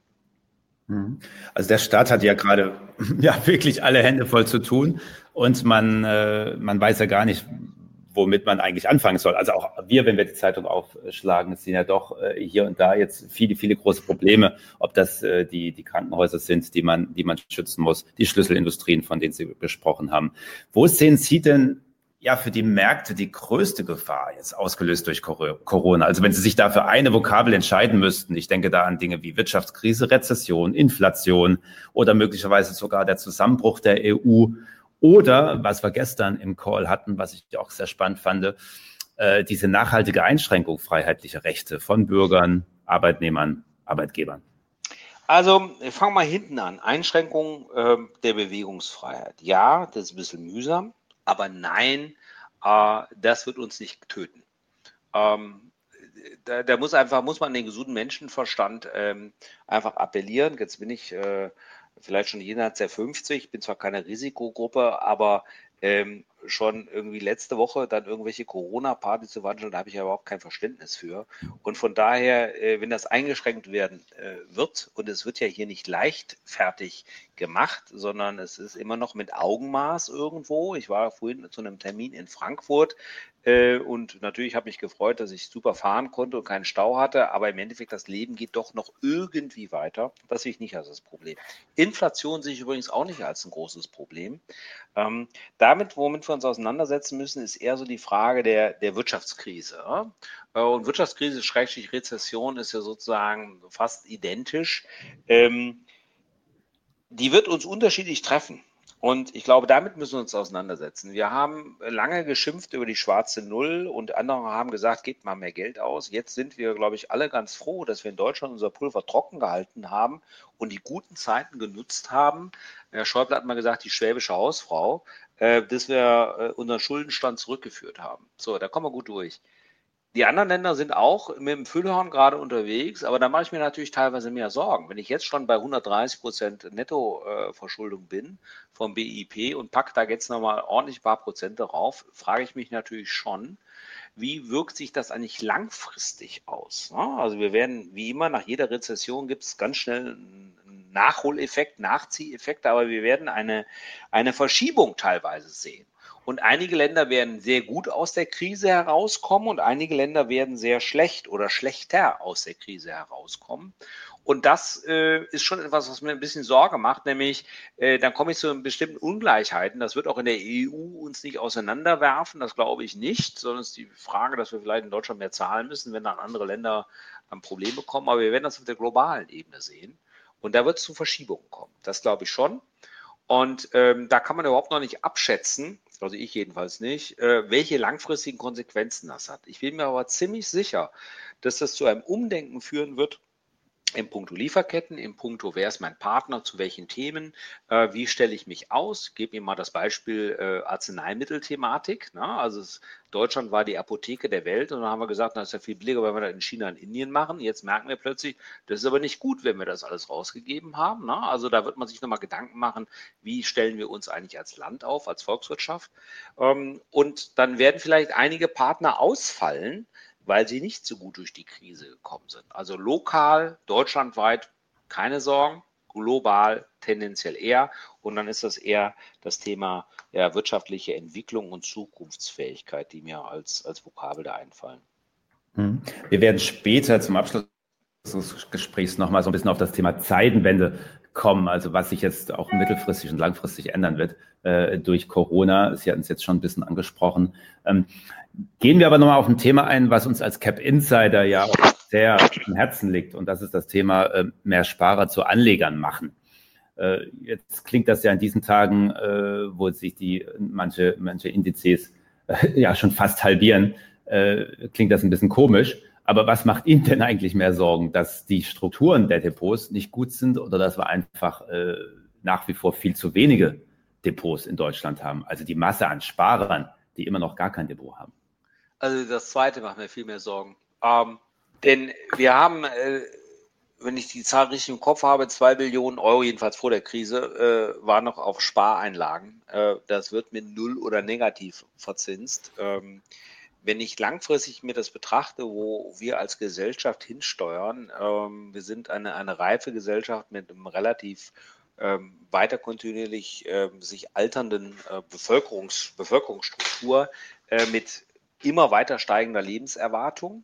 Also der Staat hat ja gerade ja wirklich alle Hände voll zu tun und man weiß ja gar nicht, womit man eigentlich anfangen soll. Also auch wir, wenn wir die Zeitung aufschlagen, sehen ja doch hier und da jetzt viele, viele große Probleme, ob das die Krankenhäuser sind, die man schützen muss, die Schlüsselindustrien, von denen Sie gesprochen haben. Wo sehen Sie denn ja für die Märkte die größte Gefahr jetzt ausgelöst durch Corona? Also wenn Sie sich da für eine Vokabel entscheiden müssten, ich denke da an Dinge wie Wirtschaftskrise, Rezession, Inflation oder möglicherweise sogar der Zusammenbruch der EU oder, was wir gestern im Call hatten, was ich auch sehr spannend fand, diese nachhaltige Einschränkung freiheitlicher Rechte von Bürgern, Arbeitnehmern, Arbeitgebern. Also, fangen wir mal hinten an. Einschränkung der Bewegungsfreiheit. Ja, das ist ein bisschen mühsam, aber nein, das wird uns nicht töten. Da muss man den gesunden Menschenverstand einfach appellieren. Jetzt bin ich vielleicht schon jenseits der 50, bin zwar keine Risikogruppe, aber schon irgendwie letzte Woche dann irgendwelche Corona-Partys zu veranstalten, da habe ich ja überhaupt kein Verständnis für. Und von daher, wenn das eingeschränkt werden wird, und es wird ja hier nicht leichtfertig gemacht, sondern es ist immer noch mit Augenmaß irgendwo. Ich war vorhin zu einem Termin in Frankfurt und natürlich habe ich mich gefreut, dass ich super fahren konnte und keinen Stau hatte, aber im Endeffekt, das Leben geht doch noch irgendwie weiter. Das sehe ich nicht als das Problem. Inflation sehe ich übrigens auch nicht als ein großes Problem. Damit, womit wir uns auseinandersetzen müssen, ist eher so die Frage der Wirtschaftskrise. Und Wirtschaftskrise, Schrägstrich Rezession, ist ja sozusagen fast identisch. Die wird uns unterschiedlich treffen. Und ich glaube, damit müssen wir uns auseinandersetzen. Wir haben lange geschimpft über die schwarze Null und andere haben gesagt, gebt mal mehr Geld aus. Jetzt sind wir, glaube ich, alle ganz froh, dass wir in Deutschland unser Pulver trocken gehalten haben und die guten Zeiten genutzt haben. Herr Schäuble hat mal gesagt, die schwäbische Hausfrau, dass wir unseren Schuldenstand zurückgeführt haben. So, da kommen wir gut durch. Die anderen Länder sind auch mit dem Füllhorn gerade unterwegs, aber da mache ich mir natürlich teilweise mehr Sorgen. Wenn ich jetzt schon bei 130% Nettoverschuldung bin vom BIP und packe da jetzt nochmal ordentlich ein paar Prozent darauf, frage ich mich natürlich schon, wie wirkt sich das eigentlich langfristig aus? Also wir werden, wie immer, nach jeder Rezession gibt es ganz schnell einen Nachholeffekt, Nachzieheffekt, aber wir werden eine Verschiebung teilweise sehen. Und einige Länder werden sehr gut aus der Krise herauskommen und einige Länder werden sehr schlecht oder schlechter aus der Krise herauskommen. Und das ist schon etwas, was mir ein bisschen Sorge macht, nämlich dann komme ich zu bestimmten Ungleichheiten. Das wird auch in der EU uns nicht auseinanderwerfen, das glaube ich nicht, sondern es ist die Frage, dass wir vielleicht in Deutschland mehr zahlen müssen, wenn dann andere Länder Probleme bekommen. Aber wir werden das auf der globalen Ebene sehen. Und da wird es zu Verschiebungen kommen. Das glaube ich schon. Und da kann man überhaupt noch nicht abschätzen, also ich jedenfalls nicht, welche langfristigen Konsequenzen das hat. Ich bin mir aber ziemlich sicher, dass das zu einem Umdenken führen wird, in puncto Lieferketten, in puncto, wer ist mein Partner, zu welchen Themen, wie stelle ich mich aus? Ich gebe Ihnen mal das Beispiel Arzneimittelthematik. Ne? Also Deutschland war die Apotheke der Welt und dann haben wir gesagt, das ist ja viel billiger, wenn wir das in China und Indien machen. Jetzt merken wir plötzlich, das ist aber nicht gut, wenn wir das alles rausgegeben haben. Ne? Also da wird man sich nochmal Gedanken machen, wie stellen wir uns eigentlich als Land auf, als Volkswirtschaft. Und dann werden vielleicht einige Partner ausfallen, weil sie nicht so gut durch die Krise gekommen sind. Also lokal, deutschlandweit keine Sorgen, global tendenziell eher. Und dann ist das eher das Thema wirtschaftliche Entwicklung und Zukunftsfähigkeit, die mir als Vokabel da einfallen. Wir werden später zum Abschluss des Gesprächs nochmal so ein bisschen auf das Thema Zeitenwende kommen, also was sich jetzt auch mittelfristig und langfristig ändern wird durch Corona. Sie hatten es jetzt schon ein bisschen angesprochen. Gehen wir aber nochmal auf ein Thema ein, was uns als Cap Insider ja auch sehr am Herzen liegt. Und das ist das Thema mehr Sparer zu Anlegern machen. Jetzt klingt das ja in diesen Tagen, wo sich manche Indizes ja schon fast halbieren, klingt das ein bisschen komisch. Aber was macht Ihnen denn eigentlich mehr Sorgen, dass die Strukturen der Depots nicht gut sind oder dass wir einfach nach wie vor viel zu wenige Depots in Deutschland haben? Also die Masse an Sparern, die immer noch gar kein Depot haben. Also das Zweite macht mir viel mehr Sorgen. Denn wir haben, wenn ich die Zahl richtig im Kopf habe, 2 Billionen Euro, jedenfalls vor der Krise, waren noch auf Spareinlagen. Das wird mit null oder negativ verzinst. Wenn ich langfristig mir das betrachte, wo wir als Gesellschaft hinsteuern, wir sind eine reife Gesellschaft mit einem relativ weiter kontinuierlich sich alternden Bevölkerungsstruktur mit immer weiter steigender Lebenserwartung.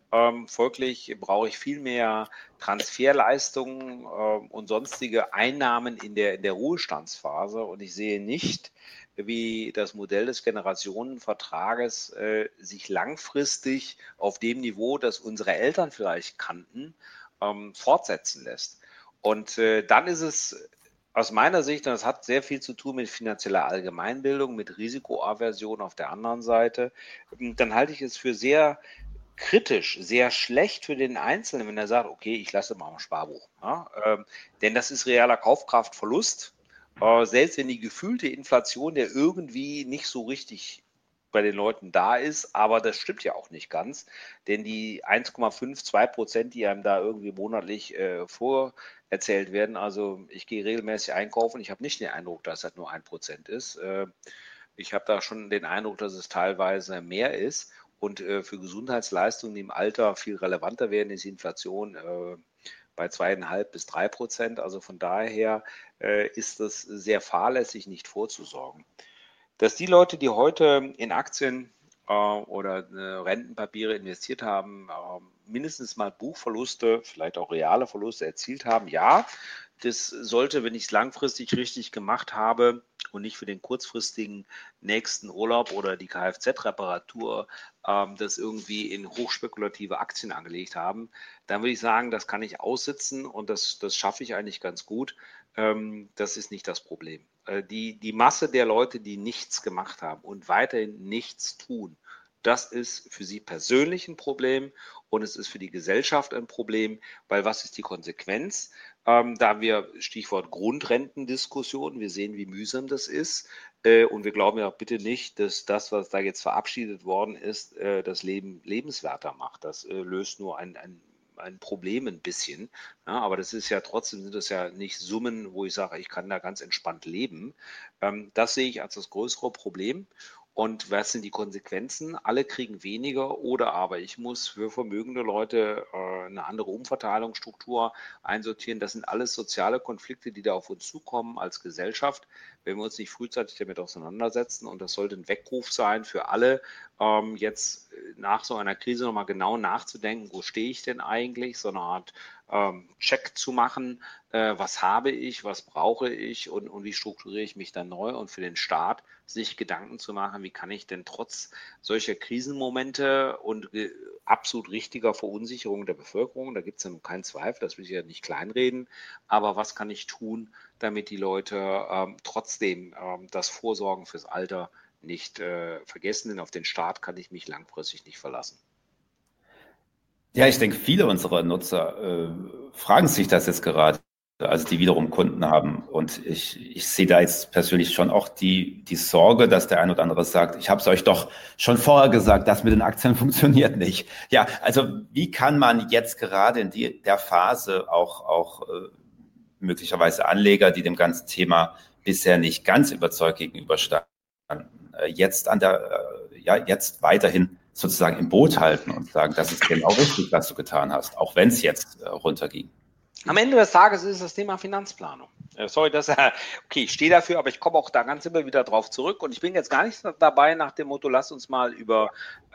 Folglich brauche ich viel mehr Transferleistungen und sonstige Einnahmen in der Ruhestandsphase. Und ich sehe nicht, wie das Modell des Generationenvertrages sich langfristig auf dem Niveau, das unsere Eltern vielleicht kannten, fortsetzen lässt. Und dann ist es aus meiner Sicht, und das hat sehr viel zu tun mit finanzieller Allgemeinbildung, mit Risikoaversion auf der anderen Seite, dann halte ich es für sehr kritisch, sehr schlecht für den Einzelnen, wenn er sagt, okay, ich lasse mal ein Sparbuch. Ja? Denn das ist realer Kaufkraftverlust. Selbst wenn die gefühlte Inflation ja irgendwie nicht so richtig bei den Leuten da ist, aber das stimmt ja auch nicht ganz, denn die 1,5–2%, die einem da irgendwie monatlich vorerzählt werden, also ich gehe regelmäßig einkaufen, ich habe nicht den Eindruck, dass das nur 1% ist. Ich habe da schon den Eindruck, dass es teilweise mehr ist. Und für Gesundheitsleistungen, die im Alter viel relevanter werden, ist die Inflation bei 2,5–3%. Also von daher ist es sehr fahrlässig, nicht vorzusorgen. Dass die Leute, die heute in Aktien oder Rentenpapiere investiert haben, mindestens mal Buchverluste, vielleicht auch reale Verluste erzielt haben, ja, das sollte, wenn ich es langfristig richtig gemacht habe und nicht für den kurzfristigen nächsten Urlaub oder die Kfz-Reparatur das irgendwie in hochspekulative Aktien angelegt haben, dann würde ich sagen, das kann ich aussitzen und das schaffe ich eigentlich ganz gut. Das ist nicht das Problem. Die Masse der Leute, die nichts gemacht haben und weiterhin nichts tun, das ist für sie persönlich ein Problem und es ist für die Gesellschaft ein Problem, weil was ist die Konsequenz? Da haben wir Stichwort Grundrentendiskussion. Wir sehen, wie mühsam das ist. Und wir glauben ja auch bitte nicht, dass das, was da jetzt verabschiedet worden ist, das Leben lebenswerter macht. Das löst nur ein Problem ein bisschen. Ja, aber das ist ja trotzdem, sind das ja nicht Summen, wo ich sage, ich kann da ganz entspannt leben. Das sehe ich als das größere Problem. Und was sind die Konsequenzen? Alle kriegen weniger oder aber ich muss für vermögende Leute eine andere Umverteilungsstruktur einsortieren. Das sind alles soziale Konflikte, die da auf uns zukommen als Gesellschaft, wenn wir uns nicht frühzeitig damit auseinandersetzen. Und das sollte ein Weckruf sein für alle, jetzt nach so einer Krise nochmal genau nachzudenken, wo stehe ich denn eigentlich, so eine Art Check zu machen, was habe ich, was brauche ich und wie strukturiere ich mich dann neu und für den Staat sich Gedanken zu machen, wie kann ich denn trotz solcher Krisenmomente und absolut richtiger Verunsicherung der Bevölkerung, da gibt es ja keinen Zweifel, das will ich ja nicht kleinreden, aber was kann ich tun, damit die Leute trotzdem das Vorsorgen fürs Alter nicht vergessen, denn auf den Staat kann ich mich langfristig nicht verlassen. Ja, ich denke, viele unserer Nutzer fragen sich das jetzt gerade, also die wiederum Kunden haben. Und ich sehe da jetzt persönlich schon auch die Sorge, dass der ein oder andere sagt, ich habe es euch doch schon vorher gesagt, das mit den Aktien funktioniert nicht. Ja, also wie kann man jetzt gerade in der Phase auch möglicherweise Anleger, die dem ganzen Thema bisher nicht ganz überzeugt gegenüberstanden, jetzt jetzt weiterhin sozusagen im Boot halten und sagen, das ist genau richtig, was du getan hast, auch wenn es jetzt runterging. Am Ende des Tages ist es das Thema Finanzplanung. Sorry, okay, ich stehe dafür, aber ich komme auch da ganz immer wieder drauf zurück und ich bin jetzt gar nicht dabei nach dem Motto, lass uns mal über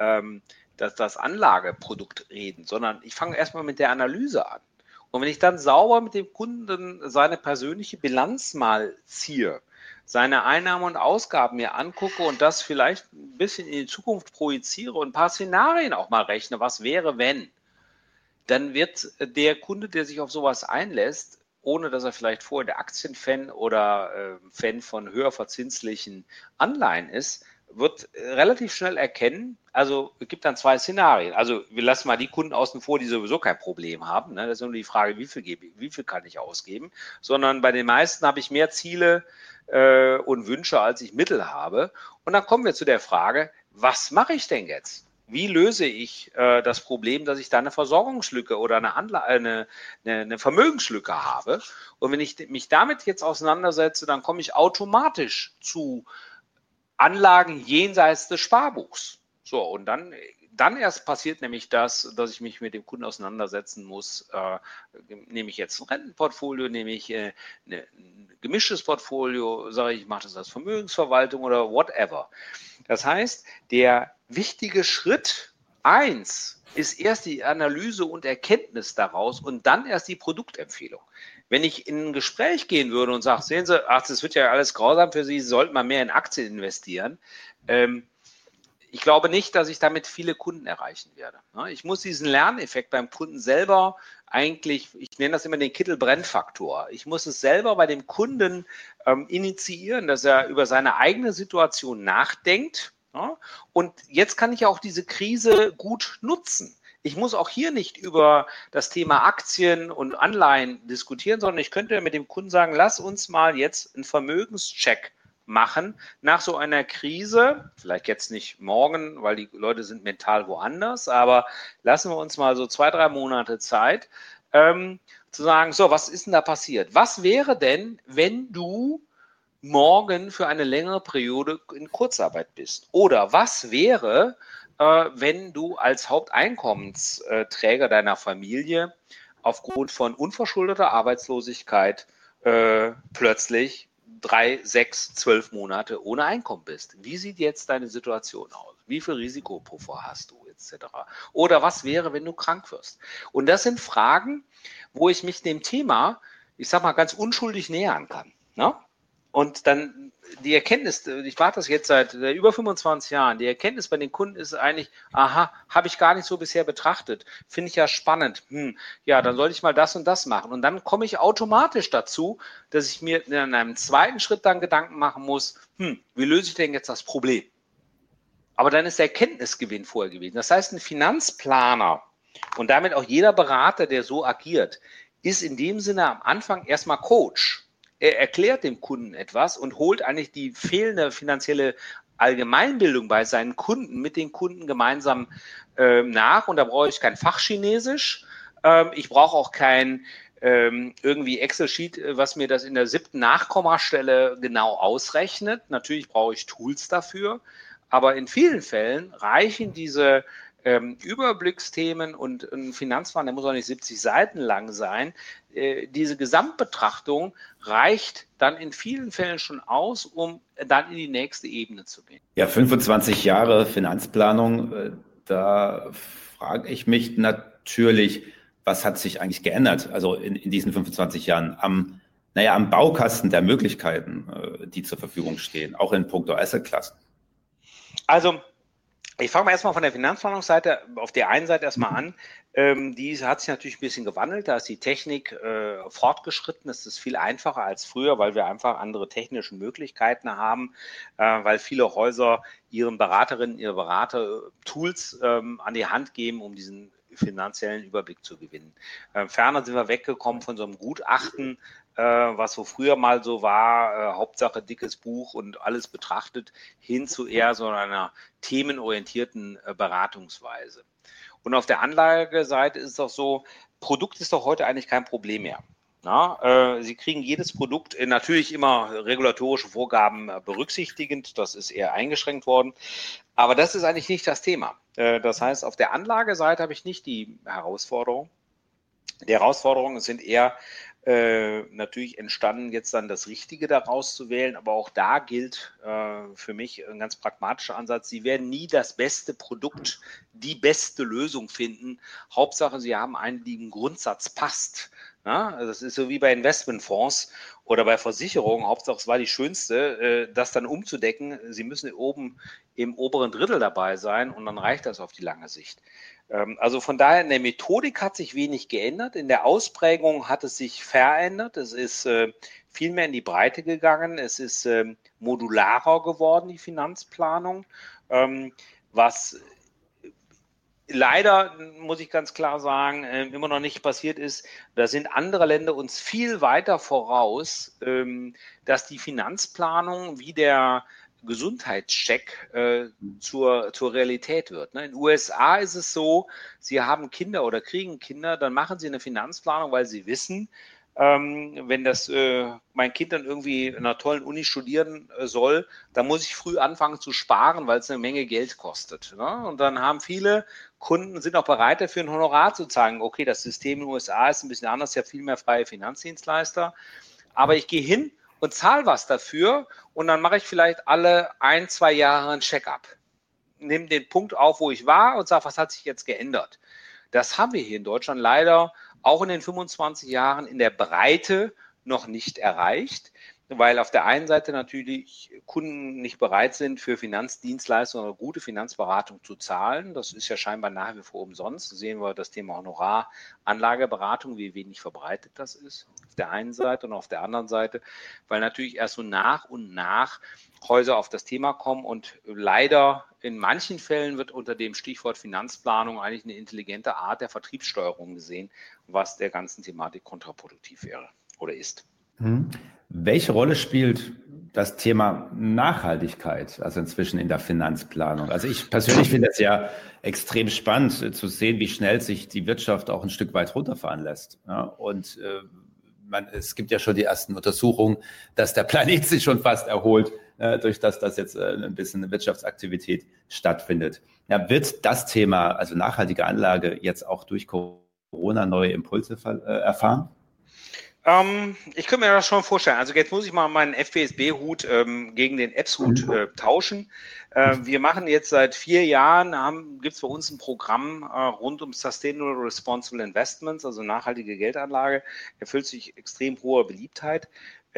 das Anlageprodukt reden, sondern ich fange erstmal mit der Analyse an. Und wenn ich dann sauber mit dem Kunden seine persönliche Bilanz mal ziehe, seine Einnahmen und Ausgaben mir angucke und das vielleicht ein bisschen in die Zukunft projiziere und ein paar Szenarien auch mal rechne, was wäre, wenn, dann wird der Kunde, der sich auf sowas einlässt, ohne dass er vielleicht vorher der Aktienfan oder Fan von höher verzinslichen Anleihen ist, wird relativ schnell erkennen, also es gibt dann zwei Szenarien. Also wir lassen mal die Kunden außen vor, die sowieso kein Problem haben. Ne? Das ist nur die Frage, wie viel kann ich ausgeben, sondern bei den meisten habe ich mehr Ziele und Wünsche, als ich Mittel habe. Und dann kommen wir zu der Frage, was mache ich denn jetzt? Wie löse ich das Problem, dass ich da eine Versorgungslücke oder eine Vermögenslücke habe? Und wenn ich mich damit jetzt auseinandersetze, dann komme ich automatisch zu Anlagen jenseits des Sparbuchs. So, und dann Dann erst passiert nämlich das, dass ich mich mit dem Kunden auseinandersetzen muss. Nehme ich jetzt ein Rentenportfolio, nehme ich ein gemischtes Portfolio, sage ich mache das als Vermögensverwaltung oder whatever. Das heißt, der wichtige Schritt 1 ist erst die Analyse und Erkenntnis daraus und dann erst die Produktempfehlung. Wenn ich in ein Gespräch gehen würde und sage, sehen Sie, ach, das wird ja alles grausam für Sie, Sie sollten mal mehr in Aktien investieren, ich glaube nicht, dass ich damit viele Kunden erreichen werde. Ich muss diesen Lerneffekt beim Kunden selber eigentlich, ich nenne das immer den Kittel-Brenn-Faktor. Ich muss es selber bei dem Kunden initiieren, dass er über seine eigene Situation nachdenkt. Und jetzt kann ich auch diese Krise gut nutzen. Ich muss auch hier nicht über das Thema Aktien und Anleihen diskutieren, sondern ich könnte mit dem Kunden sagen, lass uns mal jetzt einen Vermögenscheck machen nach so einer Krise, vielleicht jetzt nicht morgen, weil die Leute sind mental woanders, aber lassen wir uns mal so 2, 3 Monate Zeit, zu sagen, so, was ist denn da passiert? Was wäre denn, wenn du morgen für eine längere Periode in Kurzarbeit bist? Oder was wäre, wenn du als Haupteinkommensträger deiner Familie aufgrund von unverschuldeter Arbeitslosigkeit plötzlich 3, 6, 12 Monate ohne Einkommen bist? Wie sieht jetzt deine Situation aus? Wie viel Risikopuffer hast du etc.? Oder was wäre, wenn du krank wirst? Und das sind Fragen, wo ich mich dem Thema, ich sag mal, ganz unschuldig nähern kann. Ne? Und dann die Erkenntnis, ich mache das jetzt seit über 25 Jahren, die Erkenntnis bei den Kunden ist eigentlich, aha, habe ich gar nicht so bisher betrachtet, finde ich ja spannend, ja, dann sollte ich mal das und das machen. Und dann komme ich automatisch dazu, dass ich mir in einem zweiten Schritt dann Gedanken machen muss, wie löse ich denn jetzt das Problem? Aber dann ist der Erkenntnisgewinn vorher gewesen. Das heißt, ein Finanzplaner und damit auch jeder Berater, der so agiert, ist in dem Sinne am Anfang erstmal Coach. Er erklärt dem Kunden etwas und holt eigentlich die fehlende finanzielle Allgemeinbildung bei seinen Kunden mit den Kunden gemeinsam nach. Und da brauche ich kein Fachchinesisch. Ich brauche auch kein irgendwie Excel-Sheet, was mir das in der 7. Nachkommastelle genau ausrechnet. Natürlich brauche ich Tools dafür. Aber in vielen Fällen reichen diese Überblicksthemen und ein Finanzplan, der muss auch nicht 70 Seiten lang sein. Diese Gesamtbetrachtung reicht dann in vielen Fällen schon aus, um dann in die nächste Ebene zu gehen. Ja, 25 Jahre Finanzplanung, da frage ich mich natürlich, was hat sich eigentlich geändert? Also in diesen 25 Jahren am Baukasten der Möglichkeiten, die zur Verfügung stehen, auch in puncto Assetklassen. Also ich fange mal erstmal von der Finanzplanungsseite auf der einen Seite erstmal an. Die hat sich natürlich ein bisschen gewandelt. Da ist die Technik fortgeschritten. Es ist viel einfacher als früher, weil wir einfach andere technische Möglichkeiten haben, weil viele Häuser ihren Beraterinnen, ihre Berater Tools an die Hand geben, um diesen finanziellen Überblick zu gewinnen. Ferner sind wir weggekommen von so einem Gutachten, was so früher mal so war, Hauptsache dickes Buch und alles betrachtet, hin zu eher so einer themenorientierten Beratungsweise. Und auf der Anlageseite ist es doch so, Produkt ist doch heute eigentlich kein Problem mehr. Na, Sie kriegen jedes Produkt natürlich immer regulatorische Vorgaben berücksichtigend, das ist eher eingeschränkt worden, aber das ist eigentlich nicht das Thema. Das heißt, auf der Anlageseite habe ich nicht die Herausforderung. Die Herausforderungen sind eher natürlich entstanden, jetzt dann das Richtige daraus zu wählen, aber auch da gilt für mich ein ganz pragmatischer Ansatz. Sie werden nie das beste Produkt, die beste Lösung finden. Hauptsache, Sie haben einen, der im Grundsatz passt. Ja, das ist so wie bei Investmentfonds oder bei Versicherungen. Hauptsache, es war die schönste, das dann umzudecken. Sie müssen oben im oberen Drittel dabei sein und dann reicht das auf die lange Sicht. Also von daher, in der Methodik hat sich wenig geändert, in der Ausprägung hat es sich verändert, es ist viel mehr in die Breite gegangen, es ist modularer geworden, die Finanzplanung, was leider, muss ich ganz klar sagen, immer noch nicht passiert ist. Da sind andere Länder uns viel weiter voraus, dass die Finanzplanung wie der Gesundheitscheck zur Realität wird. In den USA ist es so, Sie haben Kinder oder kriegen Kinder, dann machen Sie eine Finanzplanung, weil Sie wissen, Wenn das mein Kind dann irgendwie in einer tollen Uni studieren soll, dann muss ich früh anfangen zu sparen, weil es eine Menge Geld kostet. Ne? Und dann haben viele Kunden, sind auch bereit dafür, ein Honorar zu zahlen. Okay, das System in den USA ist ein bisschen anders, ja viel mehr freie Finanzdienstleister. Aber ich gehe hin und zahle was dafür und dann mache ich vielleicht alle 1-2 Jahre ein Check-up. Nehme den Punkt auf, wo ich war und sage, was hat sich jetzt geändert? Das haben wir hier in Deutschland leider auch in den 25 Jahren in der Breite noch nicht erreicht, weil auf der einen Seite natürlich Kunden nicht bereit sind, für Finanzdienstleistungen oder gute Finanzberatung zu zahlen. Das ist ja scheinbar nach wie vor umsonst. Da sehen wir das Thema Honorar, Anlageberatung, wie wenig verbreitet das ist. Auf der einen Seite und auf der anderen Seite, weil natürlich erst so nach und nach Häuser auf das Thema kommen und leider in manchen Fällen wird unter dem Stichwort Finanzplanung eigentlich eine intelligente Art der Vertriebssteuerung gesehen, was der ganzen Thematik kontraproduktiv wäre oder ist. Welche Rolle spielt das Thema Nachhaltigkeit, also inzwischen in der Finanzplanung? Also ich persönlich finde es ja extrem spannend zu sehen, wie schnell sich die Wirtschaft auch ein Stück weit runterfahren lässt. Ja, und es gibt ja schon die ersten Untersuchungen, dass der Planet sich schon fast erholt, durch das, dass jetzt ein bisschen Wirtschaftsaktivität stattfindet. Ja, wird das Thema, also nachhaltige Anlage, jetzt auch durch Corona neue Impulse erfahren? Ich könnte mir das schon vorstellen. Also jetzt muss ich mal meinen FWSB-Hut gegen den EPS-Hut tauschen. Wir machen jetzt seit 4 Jahren, gibt es bei uns ein Programm rund um Sustainable Responsible Investments, also nachhaltige Geldanlage, erfüllt sich extrem hoher Beliebtheit.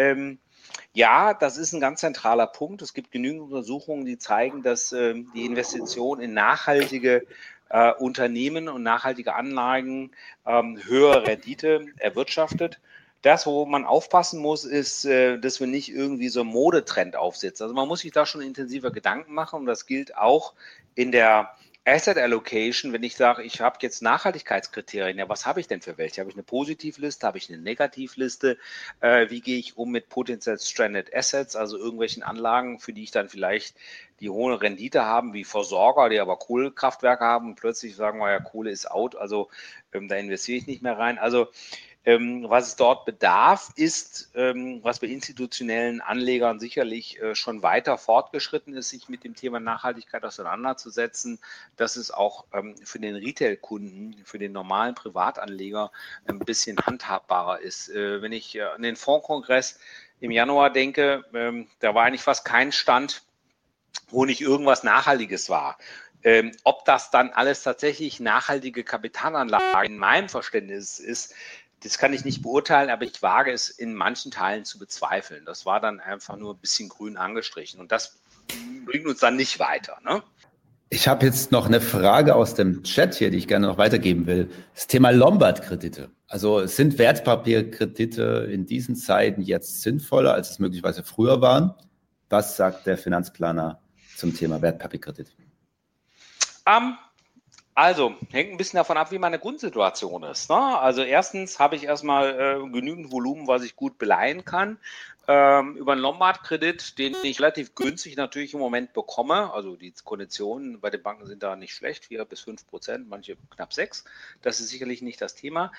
Ja, das ist ein ganz zentraler Punkt. Es gibt genügend Untersuchungen, die zeigen, dass die Investition in nachhaltige Unternehmen und nachhaltige Anlagen höhere Rendite erwirtschaftet. Das, wo man aufpassen muss, ist, dass wir nicht irgendwie so einen Modetrend aufsetzen. Also man muss sich da schon intensiver Gedanken machen und das gilt auch in der Asset Allocation, wenn ich sage, ich habe jetzt Nachhaltigkeitskriterien, ja, was habe ich denn für welche? Habe ich eine Positivliste, habe ich eine Negativliste? Wie gehe ich um mit potenziell Stranded Assets, also irgendwelchen Anlagen, für die ich dann vielleicht die hohe Rendite haben, wie Versorger, die aber Kohlekraftwerke haben und plötzlich sagen wir ja, Kohle ist out, also da investiere ich nicht mehr rein. Also was es dort bedarf, ist, was bei institutionellen Anlegern sicherlich schon weiter fortgeschritten ist, sich mit dem Thema Nachhaltigkeit auseinanderzusetzen, dass es auch für den Retail-Kunden, für den normalen Privatanleger ein bisschen handhabbarer ist. Wenn ich an den Fondskongress im Januar denke, da war eigentlich fast kein Stand, wo nicht irgendwas Nachhaltiges war. Ob das dann alles tatsächlich nachhaltige Kapitalanlage in meinem Verständnis ist, das kann ich nicht beurteilen, aber ich wage es in manchen Teilen zu bezweifeln. Das war dann einfach nur ein bisschen grün angestrichen und das bringt uns dann nicht weiter. Ne? Ich habe jetzt noch eine Frage aus dem Chat hier, die ich gerne noch weitergeben will. Das Thema Lombard-Kredite. Also sind Wertpapierkredite in diesen Zeiten jetzt sinnvoller, als es möglicherweise früher waren? Was sagt der Finanzplaner zum Thema Wertpapierkredit? Also, hängt ein bisschen davon ab, wie meine Grundsituation ist. Ne? Also erstens habe ich erstmal genügend Volumen, was ich gut beleihen kann. Über einen Lombard-Kredit, den ich relativ günstig natürlich im Moment bekomme. Also die Konditionen bei den Banken sind da nicht schlecht, 4-5%, manche knapp 6%. Das ist sicherlich nicht das Thema.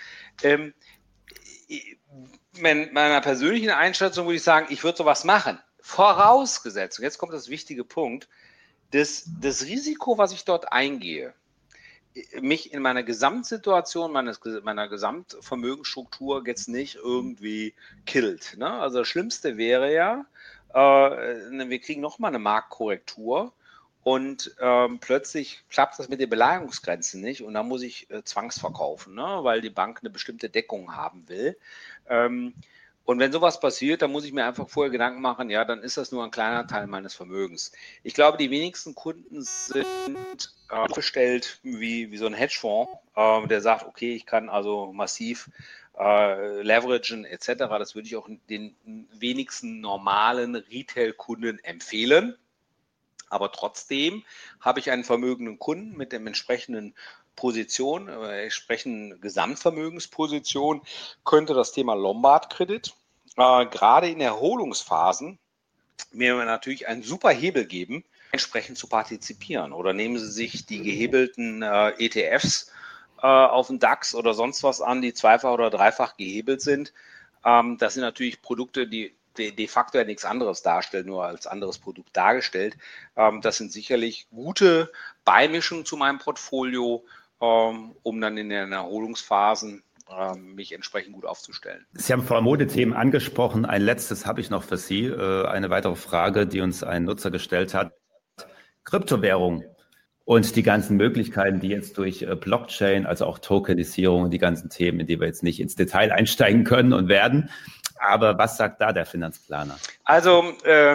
Meiner persönlichen Einschätzung würde ich sagen, ich würde sowas machen. Vorausgesetzt, und jetzt kommt das wichtige Punkt, das Risiko, was ich dort eingehe, mich in meiner Gesamtsituation, meiner Gesamtvermögensstruktur jetzt nicht irgendwie killt. Ne? Also das Schlimmste wäre ja, wir kriegen nochmal eine Marktkorrektur und plötzlich klappt das mit den Beleihungsgrenzen nicht und dann muss ich zwangsverkaufen, ne? Weil die Bank eine bestimmte Deckung haben will. Und wenn sowas passiert, dann muss ich mir einfach vorher Gedanken machen, ja, dann ist das nur ein kleiner Teil meines Vermögens. Ich glaube, die wenigsten Kunden sind aufgestellt wie so ein Hedgefonds, der sagt, okay, ich kann also massiv leveragen etc. Das würde ich auch den wenigsten normalen Retail-Kunden empfehlen. Aber trotzdem habe ich einen vermögenden Kunden mit dem entsprechenden Position, entsprechenden Gesamtvermögensposition, könnte das Thema Lombard-Kredit gerade in Erholungsphasen mir natürlich einen super Hebel geben, entsprechend zu partizipieren. Oder nehmen Sie sich die gehebelten ETFs auf den DAX oder sonst was an, die zweifach oder dreifach gehebelt sind. Das sind natürlich Produkte, die de facto ja nichts anderes darstellen, nur als anderes Produkt dargestellt. Das sind sicherlich gute Beimischungen zu meinem Portfolio, um dann in den Erholungsphasen mich entsprechend gut aufzustellen. Sie haben vorher Modethemen angesprochen. Ein letztes habe ich noch für Sie. Eine weitere Frage, die uns ein Nutzer gestellt hat. Kryptowährung und die ganzen Möglichkeiten, die jetzt durch Blockchain, also auch Tokenisierung und die ganzen Themen, in die wir jetzt nicht ins Detail einsteigen können und werden. Aber was sagt da der Finanzplaner? Also,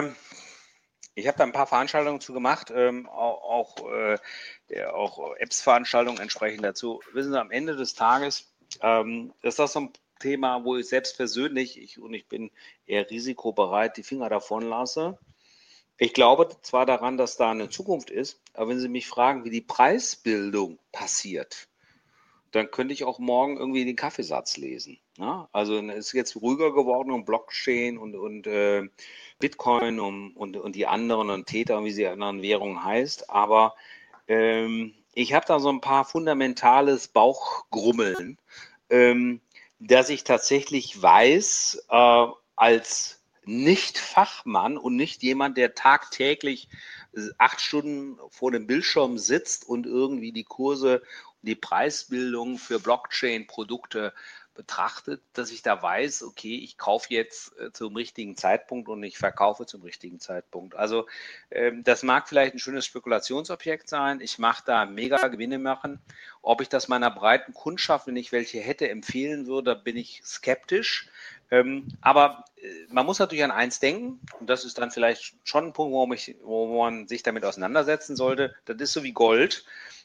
ich habe da ein paar Veranstaltungen zu gemacht, auch Apps-Veranstaltungen entsprechend dazu. Wissen Sie, am Ende des Tages ist das so ein Thema, wo ich selbst persönlich, ich bin eher risikobereit, die Finger davon lasse. Ich glaube zwar daran, dass da eine Zukunft ist, aber wenn Sie mich fragen, wie die Preisbildung passiert, dann könnte ich auch morgen irgendwie den Kaffeesatz lesen. Ne? Also es ist jetzt ruhiger geworden um Blockchain und Bitcoin und die anderen und Tether, wie sie in anderen Währungen heißt. Aber ich habe da so ein paar fundamentales Bauchgrummeln, dass ich tatsächlich weiß, als Nicht-Fachmann und nicht jemand, der tagtäglich 8 Stunden vor dem Bildschirm sitzt und irgendwie die Kurse und die Preisbildung für Blockchain-Produkte betrachtet, dass ich da weiß, okay, ich kaufe jetzt zum richtigen Zeitpunkt und ich verkaufe zum richtigen Zeitpunkt. Also das mag vielleicht ein schönes Spekulationsobjekt sein. Ich mache da mega Gewinne machen. Ob ich das meiner breiten Kundschaft, wenn ich welche hätte, empfehlen würde, bin ich skeptisch. Aber man muss natürlich an eins denken, und das ist dann vielleicht schon ein Punkt, wo man sich damit auseinandersetzen sollte. Das ist so wie Gold.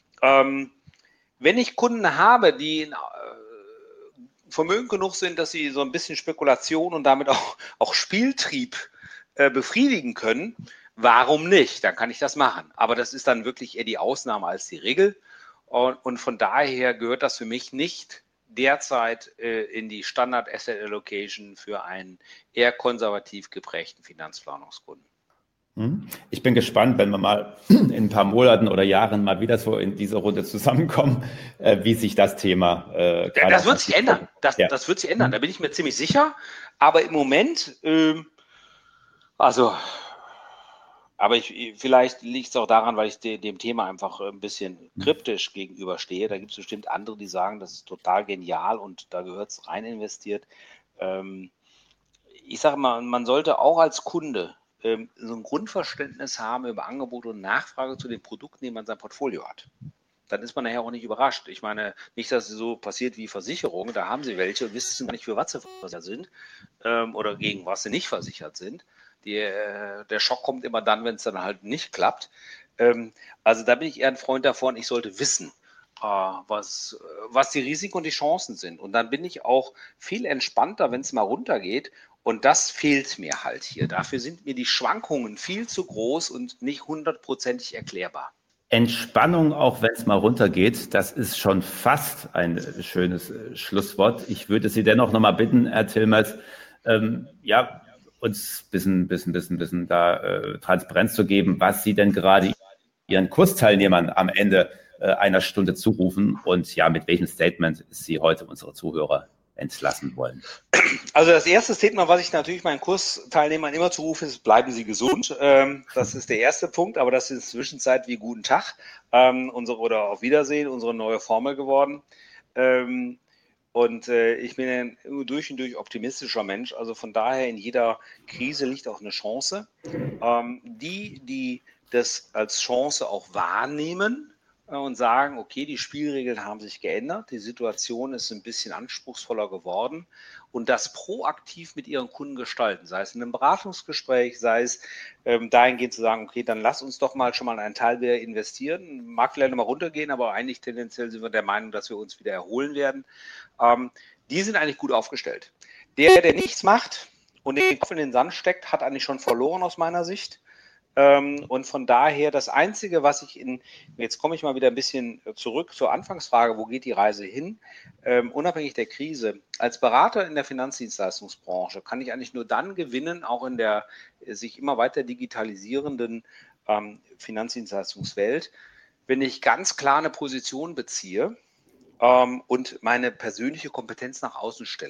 Wenn ich Kunden habe, die vermögend genug sind, dass sie so ein bisschen Spekulation und damit auch Spieltrieb befriedigen können, warum nicht? Dann kann ich das machen. Aber das ist dann wirklich eher die Ausnahme als die Regel. Und von daher gehört das für mich nicht derzeit in die Standard Asset Allocation für einen eher konservativ geprägten Finanzplanungskunden. Ich bin gespannt, wenn wir mal in ein paar Monaten oder Jahren mal wieder so in dieser Runde zusammenkommen, wie sich das Thema gerade das wird sich ändern. Das wird sich ändern, da bin ich mir ziemlich sicher. Aber im Moment, vielleicht liegt es auch daran, weil ich dem Thema einfach ein bisschen kryptisch gegenüberstehe. Da gibt es bestimmt andere, die sagen, das ist total genial und da gehört es rein investiert. Ich sage mal, man sollte auch als Kunde so ein Grundverständnis haben über Angebot und Nachfrage zu den Produkten, die man in seinem Portfolio hat. Dann ist man nachher auch nicht überrascht. Ich meine, nicht, dass es so passiert wie Versicherungen, da haben sie welche und wissen gar nicht, für was sie versichert sind oder gegen was sie nicht versichert sind. Der Schock kommt immer dann, wenn es dann halt nicht klappt. Also da bin ich eher ein Freund davon, ich sollte wissen, was die Risiken und die Chancen sind. Und dann bin ich auch viel entspannter, wenn es mal runtergeht. Und das fehlt mir halt hier. Dafür sind mir die Schwankungen viel zu groß und nicht hundertprozentig erklärbar. Entspannung, auch wenn es mal runtergeht, das ist schon fast ein schönes Schlusswort. Ich würde Sie dennoch noch mal bitten, Herr Tilmers, uns ein bisschen da Transparenz zu geben, was Sie denn gerade Ihren Kursteilnehmern am Ende einer Stunde zurufen und ja, mit welchem Statement Sie heute unsere Zuhörer entlassen wollen. Also das erste Statement, was ich natürlich meinen Kursteilnehmern immer zurufe, ist, bleiben Sie gesund. Das ist der erste Punkt, aber das ist in der Zwischenzeit wie guten Tag oder auf Wiedersehen, unsere neue Formel geworden. Und ich bin ein durch und durch optimistischer Mensch. Also von daher, in jeder Krise liegt auch eine Chance. Die das als Chance auch wahrnehmen und sagen, okay, die Spielregeln haben sich geändert, die Situation ist ein bisschen anspruchsvoller geworden und das proaktiv mit ihren Kunden gestalten, sei es in einem Beratungsgespräch, sei es dahingehend zu sagen, okay, dann lass uns doch mal schon mal einen Teil wieder investieren, mag vielleicht nochmal runtergehen, aber eigentlich tendenziell sind wir der Meinung, dass wir uns wieder erholen werden. Die sind eigentlich gut aufgestellt. Der nichts macht und den Kopf in den Sand steckt, hat eigentlich schon verloren aus meiner Sicht. Und von daher das Einzige, was jetzt komme ich mal wieder ein bisschen zurück zur Anfangsfrage, wo geht die Reise hin? Unabhängig der Krise, als Berater in der Finanzdienstleistungsbranche kann ich eigentlich nur dann gewinnen, auch in der sich immer weiter digitalisierenden Finanzdienstleistungswelt, wenn ich ganz klar eine Position beziehe und meine persönliche Kompetenz nach außen stelle.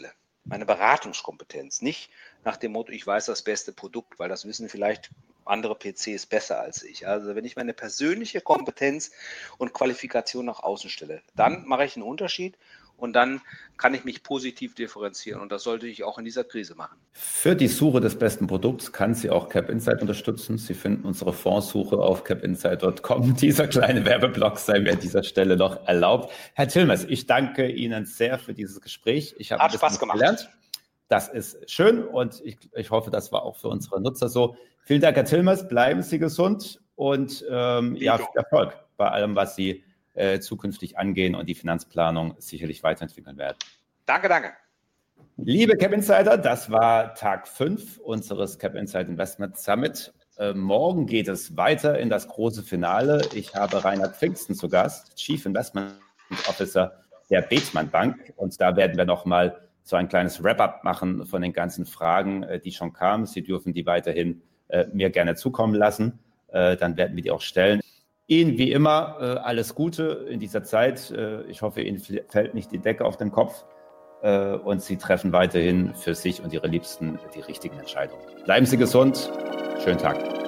meine Beratungskompetenz. Nicht nach dem Motto, ich weiß das beste Produkt, weil das wissen vielleicht andere PCs besser als ich. Also wenn ich meine persönliche Kompetenz und Qualifikation nach außen stelle, dann mache ich einen Unterschied und dann kann ich mich positiv differenzieren. Und das sollte ich auch in dieser Krise machen. Für die Suche des besten Produkts kann Sie auch CapInsight unterstützen. Sie finden unsere Fondssuche auf capinsight.com. Dieser kleine Werbeblock sei mir an dieser Stelle noch erlaubt. Herr Tilmers, ich danke Ihnen sehr für dieses Gespräch. Ich habe Hat Spaß gemacht. Gelernt. Das ist schön und ich hoffe, das war auch für unsere Nutzer so. Vielen Dank, Herr Tilmers. Bleiben Sie gesund und viel Erfolg bei allem, was Sie zukünftig angehen und die Finanzplanung sicherlich weiterentwickeln werden. Danke, danke. Liebe CapInsider, das war Tag 5 unseres CapInsight Investment Summit. Morgen geht es weiter in das große Finale. Ich habe Reinhard Pfingsten zu Gast, Chief Investment Officer der Bethmann Bank. Und da werden wir nochmal so ein kleines Wrap-up machen von den ganzen Fragen, die schon kamen. Sie dürfen die weiterhin mir gerne zukommen lassen. Dann werden wir die auch stellen. Ihnen wie immer alles Gute in dieser Zeit. Ich hoffe, Ihnen fällt nicht die Decke auf den Kopf und Sie treffen weiterhin für sich und Ihre Liebsten die richtigen Entscheidungen. Bleiben Sie gesund. Schönen Tag.